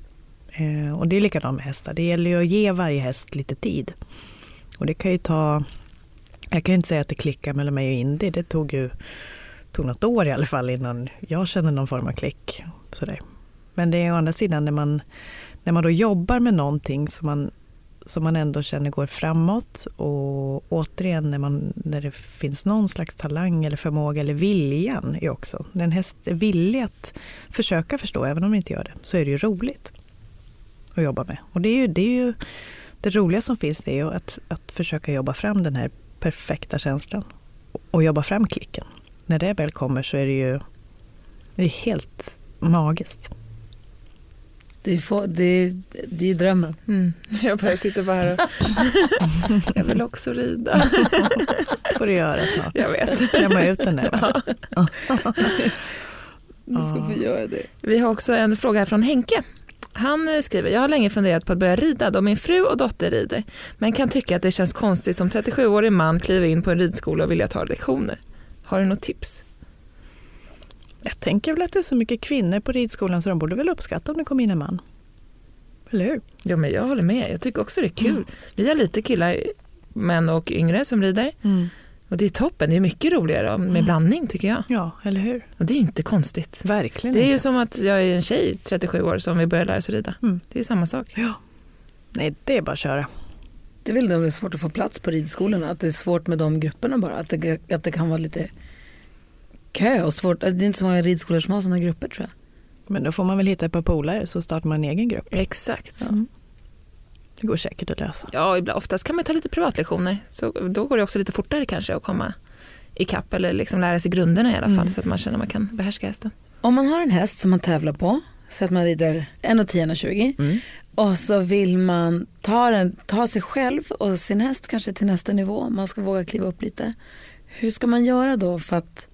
Eh, och det är likadant med hästar. Det gäller ju att ge varje häst lite tid. Och det kan ju ta, jag kan ju inte säga att det klickar mellan mig och Indy. Det tog ju tog något år i alla fall innan jag kände någon form av klick. Sådär. Men det är å andra sidan när man, när man då jobbar med någonting som man, som man ändå känner går framåt, och återigen när, man, när det finns någon slags talang eller förmåga eller viljan är också. När en häst är villig att försöka förstå, även om de inte gör det, så är det ju roligt att jobba med. Och det är ju det, är ju, det roliga som finns, det är ju att, att försöka jobba fram den här perfekta känslan och jobba fram klicken. När det väl kommer så är det ju det är helt magiskt. Det är, få, det är, det är ju drömmen. Mm. Jag bara sitter bara här och jag vill också rida. Får du göra snart. Jag vet. Klämma ut den där. Va? Du ska få göra det. Vi har också en fråga här från Henke. Han skriver, jag har länge funderat på att börja rida då min fru och dotter rider. Men kan tycka att det känns konstigt som trettiosjuårig man kliver in på en ridskola och vill ta lektioner. Har du något tips? Jag tänker väl att det är så mycket kvinnor på ridskolan så de borde väl uppskatta om det kom in en man. Eller hur? Ja, men jag håller med. Jag tycker också det är kul. Mm. Vi har lite killar, män och yngre som rider. Mm. Och det är toppen. Det är mycket roligare med mm. blandning tycker jag. Ja, eller hur? Och det är inte konstigt. Verkligen Det är inte. ju som att jag är en tjej, trettiosju år, som vill börja lära sig rida. Mm. Det är samma sak. Ja. Nej, det är bara att köra. Det är väl det är svårt att få plats på ridskolorna. Att det är svårt med de grupperna bara. Att det, att det kan vara lite kö och svårt. Det är inte så många ridskolor som har sådana grupper, tror jag. Men då får man väl hitta ett par polare så startar man en egen grupp. Exakt. Ja. Mm. Det går säkert att lösa. Ja, ibland, oftast kan man ta lite privatlektioner. Så då går det också lite fortare kanske att komma i kapp eller liksom lära sig grunderna i alla fall. Mm. Så att man känner att man kan behärska hästen. Om man har en häst som man tävlar på, så att man rider en och tio och tjugo mm. och så vill man ta, den, ta sig själv och sin häst kanske till nästa nivå. Man ska våga kliva upp lite. Hur ska man göra då för att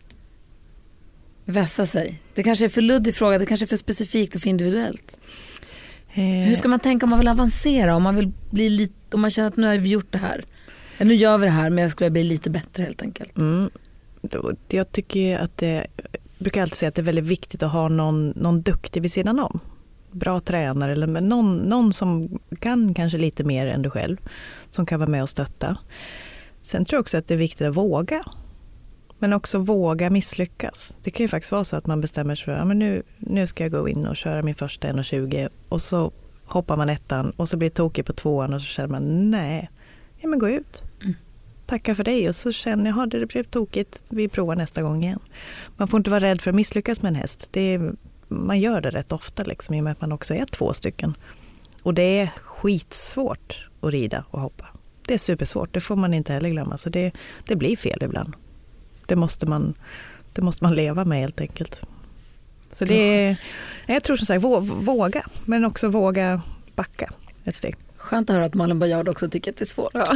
vässa sig? Det kanske är för luddig fråga, det kanske är för specifikt och för individuellt. Eh. Hur ska man tänka om man vill avancera? Om man vill bli lite, om man känner att nu har vi gjort det här. Ja, nu gör vi det här, men jag skulle bli lite bättre helt enkelt. Mm. Jag tycker att det, jag brukar alltid säga att det är väldigt viktigt att ha någon, någon duktig vid sidan om. Bra tränare eller någon, någon som kan kanske lite mer än du själv. Som kan vara med och stötta. Sen tror jag också att det är viktigt att våga. Men också våga misslyckas. Det kan ju faktiskt vara så att man bestämmer sig för att ja, men nu, nu ska jag gå in och köra min första en och tjugo. Och så hoppar man ettan och så blir det tokig på tvåan och så känner man nej, ja men gå ut. Mm. Tacka för dig och så känner jag att det blev tokigt, vi provar nästa gång igen. Man får inte vara rädd för att misslyckas med en häst. Det är, man gör det rätt ofta liksom, i och med att man också är två stycken. Och det är skitsvårt att rida och hoppa. Det är supersvårt, det får man inte heller glömma. Så det, det blir fel ibland. Det måste man, det måste man leva med helt enkelt. Så det är, jag tror som sagt, våga, men också våga backa ett steg. Skönt att höra att Malin Bajard också tycker att det är svårt. Ja.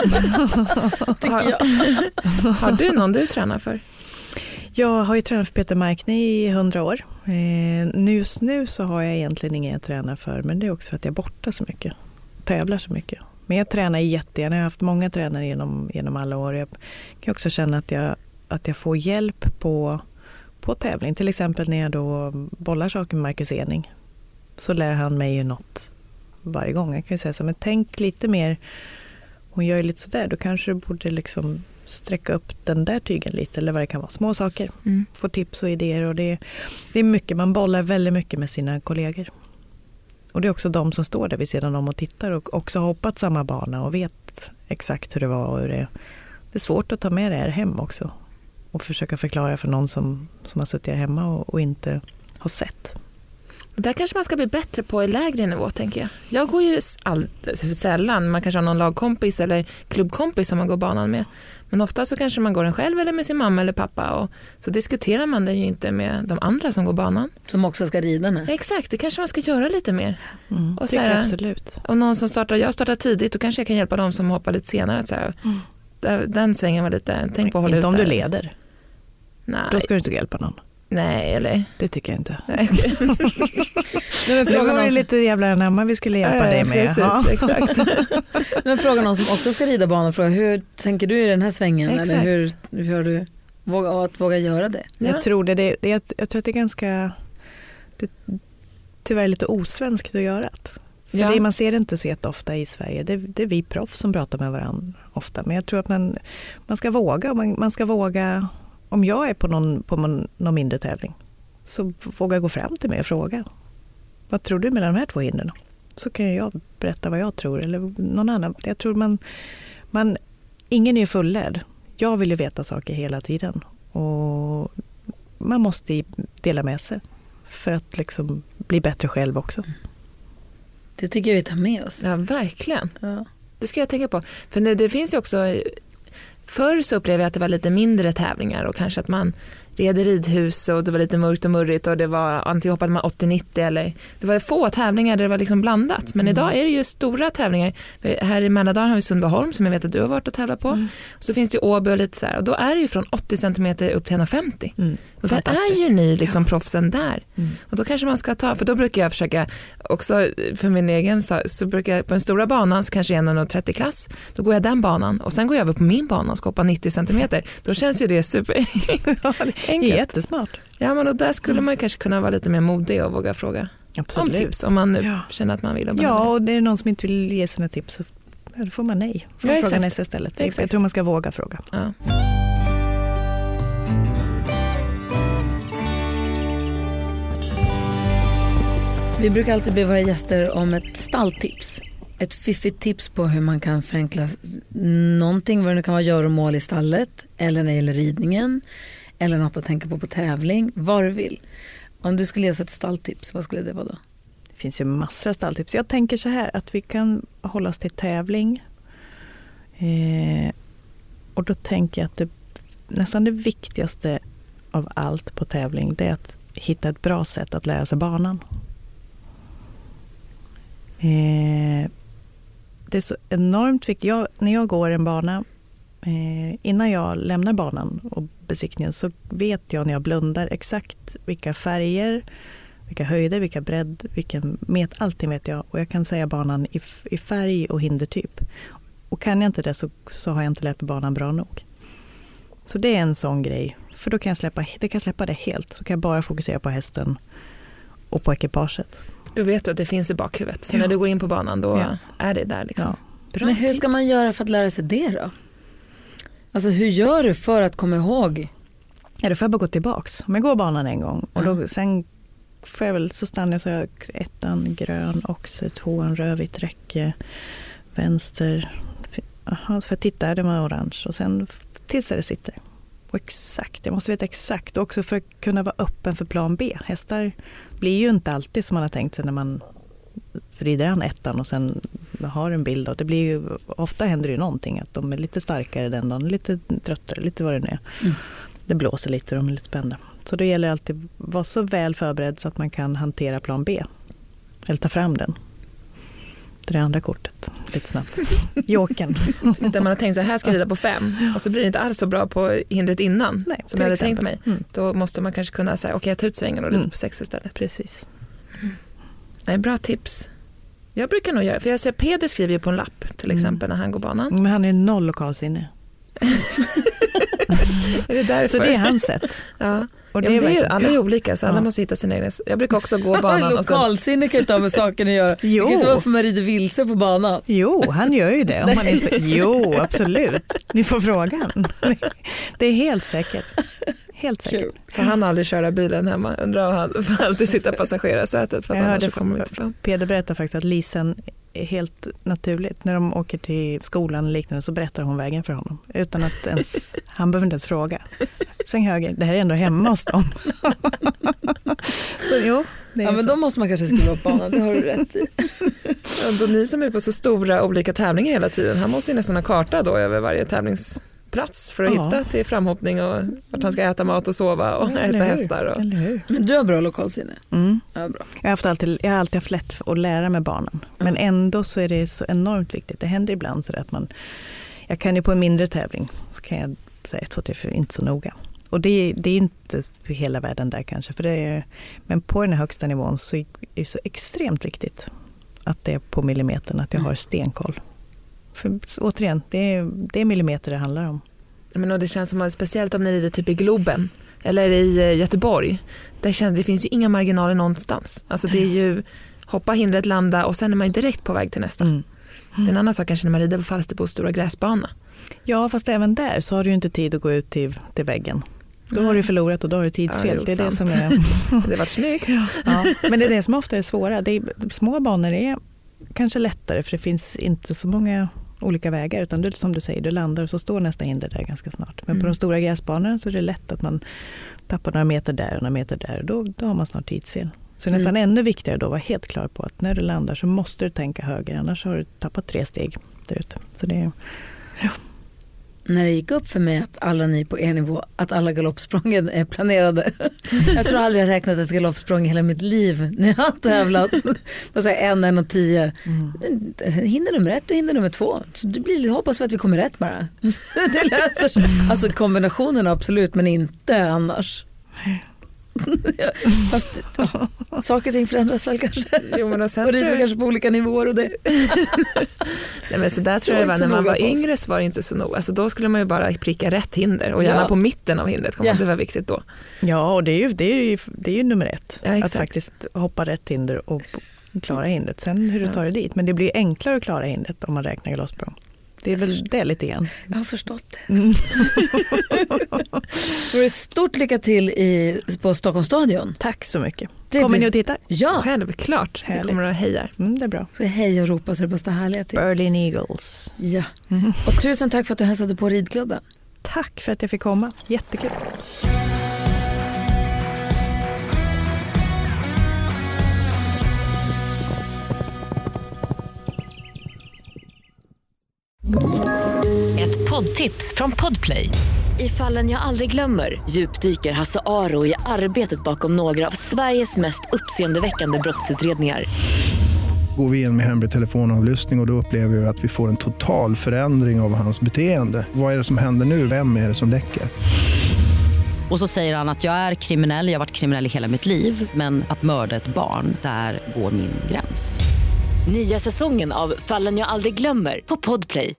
Tycker jag. Har du någon du tränar för? Jag har ju tränat för Peter Markne i hundra år. Eh, just nu så har jag egentligen ingen jag tränar för, men det är också för att jag är borta så mycket. Tävlar så mycket. Men jag tränar jättegärna. Jag har haft många tränare genom, genom alla år. Jag kan också känna att jag, att jag får hjälp på, på tävling. Till exempel när jag då bollar saker med Marcus Ening. Så lär han mig ju något varje gång. Jag kan ju säga så, men tänk lite mer. Hon gör ju lite sådär. Då kanske du borde liksom sträcka upp den där tygen lite. Eller vad det kan vara. Små saker. Mm. Få tips och idéer. Och det, det är mycket. Man bollar väldigt mycket med sina kollegor. Och det är också de som står där vid sidan om och tittar och också har hoppat samma bana och vet exakt hur det var. Och det, det är svårt att ta med det här hem också och försöka förklara för någon som, som har suttit här hemma och, och inte har sett. Där kanske man ska bli bättre på i lägre nivå, tänker jag. Jag går ju all, sällan, man kanske har någon lagkompis eller klubbkompis som man går banan med. Men ofta så kanske man går den själv eller med sin mamma eller pappa. Och så diskuterar man det ju inte med de andra som går banan. Som också ska rida nu. Exakt, det kanske man ska göra lite mer. Mm, och så här, absolut. Och någon som startar, jag startar tidigt, då kanske jag kan hjälpa dem som hoppar lite senare. Så här, mm. Den svängen var lite, tänk på att hålla inte ut om där. Du leder. Nej. Då ska du inte hjälpa någon. Nej, eller? Det tycker jag inte. Nej, okay. men det var ju lite jävla namn vi skulle hjälpa äh, dig med. Precis, ja. Exakt. Men fråga någon som också ska rida banan, fråga, hur tänker du i den här svängen? Exakt. Eller hur, hur har du våga, att våga göra det? Jag ja. tror det, det, det jag, jag tror att det är ganska det, tyvärr lite osvenskt att göra det. För ja. det, man ser det inte så jätteofta i Sverige. Det, det är vi proffs som pratar med varandra ofta. Men jag tror att man, man ska våga. Man, man ska våga. Om jag är på någon, på någon, någon mindre tävling så våga gå fram till mig och fråga. Vad tror du mellan de här två hindren? Så kan jag berätta vad jag tror. Eller någon annan. Jag tror man, man ingen är fullärd. Jag vill ju veta saker hela tiden. Och man måste dela med sig för att liksom bli bättre själv också. Det tycker jag vi tar med oss. Ja, verkligen. Ja. Det ska jag tänka på. För nu, det finns ju också... Förr så upplevde jag att det var lite mindre tävlingar och kanske att man red ridhus och det var lite mörkt och murrigt och det var antingen hoppade man åttio nittio eller det var få tävlingar där det var liksom blandat. Men mm. idag är det ju stora tävlingar. Här i Mälardalen har vi Sundbyholm som jag vet att du har varit och tävlat på. Mm. Så finns det ju Åby och lite så här och då är det ju från åttio centimeter upp till ett femtio. Mm. Och där är ju ni liksom ja. proffsen där. Mm. Och då kanske man ska ta, för då brukar jag försöka också för min egen så, så brukar jag på den stora banan så kanske jag är en trettio klass. Då går jag den banan och sen går jag över på min bana och ska hoppa nittio centimeter. Då känns ju det super enkelt. Jättesmart. Ja, men och där skulle man ju kanske kunna vara lite mer modig och våga fråga Absolut. om tips om man nu ja. känner att man vill. Och ja, och det är någon som inte vill ge sina tips så då får man nej. Får ja, fråga nästa istället. Exakt. Jag tror man ska våga fråga. Ja. Vi brukar alltid be våra gäster om ett stalltips. Ett fiffigt tips på hur man kan förenkla någonting, vad det kan vara göromål i stallet eller när det gäller ridningen eller något att tänka på på tävling, vad du vill. Om du skulle ge oss ett stalltips, vad skulle det vara då? Det finns ju massor av stalltips. Jag tänker så här att vi kan hålla oss till tävling eh, och då tänker jag att det, nästan det viktigaste av allt på tävling det är att hitta ett bra sätt att lära sig banan. Eh, det är så enormt viktigt. Jag, när jag går en bana, eh, innan jag lämnar banan och besiktningen så vet jag när jag blundar exakt vilka färger, vilka höjder, vilka bredd, vilken met, allting vet jag. Och jag kan säga banan i, i färg och hindertyp. Och kan jag inte det så, så har jag inte lärt mig banan bra nog. Så det är en sån grej. För då kan jag släppa det, kan jag släppa det helt. Så kan jag bara fokusera på hästen och på ekipaget. Du vet att det finns i bakhuvudet. Så ja. när du går in på banan då ja. är det där liksom. Ja. Men hur ska man göra för att lära sig det då? Alltså hur gör du för att komma ihåg? Ja, då får jag bara gå tillbaks. Om jag går banan en gång och då, sen får jag väl så stannar jag så jag ettan grön, oxer, tvåan rödvitt räcke, vänster. Aha, så får jag titta, är det med orange och sen tills det sitter. Och exakt, jag måste veta exakt. Och också för att kunna vara öppen för plan B. Hästar blir ju inte alltid som man har tänkt sig när man rider an ettan och sen har en bild. Och det blir ju, ofta händer det ju någonting. Att de är lite starkare den dagen, lite tröttare, lite vad det nu är. Mm. Det blåser lite och de är lite spända. Så då gäller det alltid att vara så väl förberedd så att man kan hantera plan B. Eller ta fram den. Det är det andra kortet, lite snabbt. Jokern. Där man har tänkt så här ska jag rida på fem och så blir det inte alls så bra på hindret innan. Nej, som jag hade exempel. tänkt mig. Mm. Då måste man kanske kunna säga okej okay, jag tar ut svängen och rider mm. på sex istället. Precis. Mm. Nej, bra tips. Jag brukar nog göra, för jag ser Peder skriver ju på en lapp till exempel mm. när han går banan. Men han är noll lokalsinne. Är det därför? Så det är hans sätt. Ja. Och det ja, är det är, alla är olika så alla ja. måste hitta sina egna. Jag brukar också gå banan. Lokalsinne kan ju inte ha med saken att göra. Jo. Det kan inte vara för man rider vilse på banan. Jo, han gör ju det. Om man inte... Jo, absolut. Ni får frågan. Det är helt säkert. Helt säkert. Kul. För han aldrig köra bilen hemma. Undrar om han får alltid sitta passagerarsätet. För att jag annars hörde kommer inte fram. Peder berättar faktiskt att Lisen är helt naturligt. När de åker till skolan och liknande så berättar hon vägen för honom. Utan att ens, han behöver inte ens fråga. Sväng höger, det här är ändå hemma hos dem. Så jo. Det är ja, men så. då måste man kanske skriva upp banan, det har du rätt i. Då ni som är på så stora olika tävlingar hela tiden, han måste ju nästan ha karta då över varje tävlingsplats för att ja. hitta till framhoppning och vart han ska äta mat och sova och ja, äta hästar. Och... Eller hur? Men du har bra lokalsinne. Mm. Ja, bra. Jag, har haft alltid, jag har alltid haft lätt att lära mig banan. Men mm. ändå så är det så enormt viktigt. Det händer ibland så att man, jag kan ju på en mindre tävling, kan jag säga ett, två, tre, fyra, inte så noga. Och det, det är inte hela världen där kanske. För det är, men på den här högsta nivån så är det så extremt viktigt att det är på millimetern, att jag har stenkoll. För återigen, det är, det är millimeter det handlar om. Men och det känns som att speciellt om ni rider typ i Globen eller i Göteborg. Där känns, det finns ju inga marginaler någonstans. Alltså det är ju hoppa, hindret, landa och sen är man direkt på väg till nästa. Mm. Mm. Det är en annan sak kanske när man rider på Falsterbos stora gräsbana. Ja, fast även där så har du ju inte tid att gå ut till, till väggen. Då har du förlorat och då har du tidsfel. Ja, det, är det, som är... det var snyggt. Ja, men det är det som ofta är svåra. Det är, små banor är kanske lättare för det finns inte så många olika vägar. Utan du, som du säger, du landar och så står nästa hinder där ganska snart. Men mm. på de stora gräsbanorna så är det lätt att man tappar några meter där och några meter där. Och då, då har man snart tidsfel. Så nästan mm. ännu viktigare då var helt klar på att när du landar så måste du tänka höger. Annars har du tappat tre steg där ute. Så det är... Ja. När det gick upp för mig att alla ni på er nivå, att alla galoppsprången är planerade. Jag tror aldrig jag har räknat ett galoppsprång i hela mitt liv när jag har tävlat. Vad säger en, en och tio. Mm. Hinder nummer ett och hinder nummer två. Så det blir, hoppas vi att vi kommer rätt bara. Det löser sig. Alltså kombinationen absolut, men inte annars. Fast ja, saker och ting förändras väl kanske. Jo, men och sen och det är jag... kanske på olika nivåer och det. Nej, men så där tror jag det var när man var yngre så var det inte så nog. Alltså då skulle man ju bara pricka rätt hinder och gärna ja. på mitten av hindret. Ja. Det var viktigt då. Ja, och det är ju, det är ju, det är ju nummer ett. Ja, att faktiskt hoppa rätt hinder och klara hindret. Sen hur du tar det dit. Men det blir enklare att klara hindret om man räknar galoppsprång. Det är väl det lite grann. Jag har förstått det. Mm. Stort lycka till i, på Stockholms stadion. Tack så mycket. Det kommer blir... ni att titta? Ja, självklart. Vi kommer att heja. Mm, det är bra. Så hej och ropa så det bästa härliga till. Berlin Eagles. Ja. Mm. Och tusen tack för att du hälsade på ridklubben. Tack för att jag fick komma. Jättekul. Ett poddtips från Podplay. I Fallen jag aldrig glömmer djupdyker Hasse Aro i arbetet bakom några av Sveriges mest uppseendeväckande brottsutredningar. Går vi in med hemlig telefonavlyssning och, och då upplever vi att vi får en total förändring av hans beteende. Vad är det som händer nu? Vem är det som läcker? Och så säger han att jag är kriminell, jag har varit kriminell i hela mitt liv. Men att mörda ett barn, där går min gräns. Nya säsongen av Fallen jag aldrig glömmer på Podplay.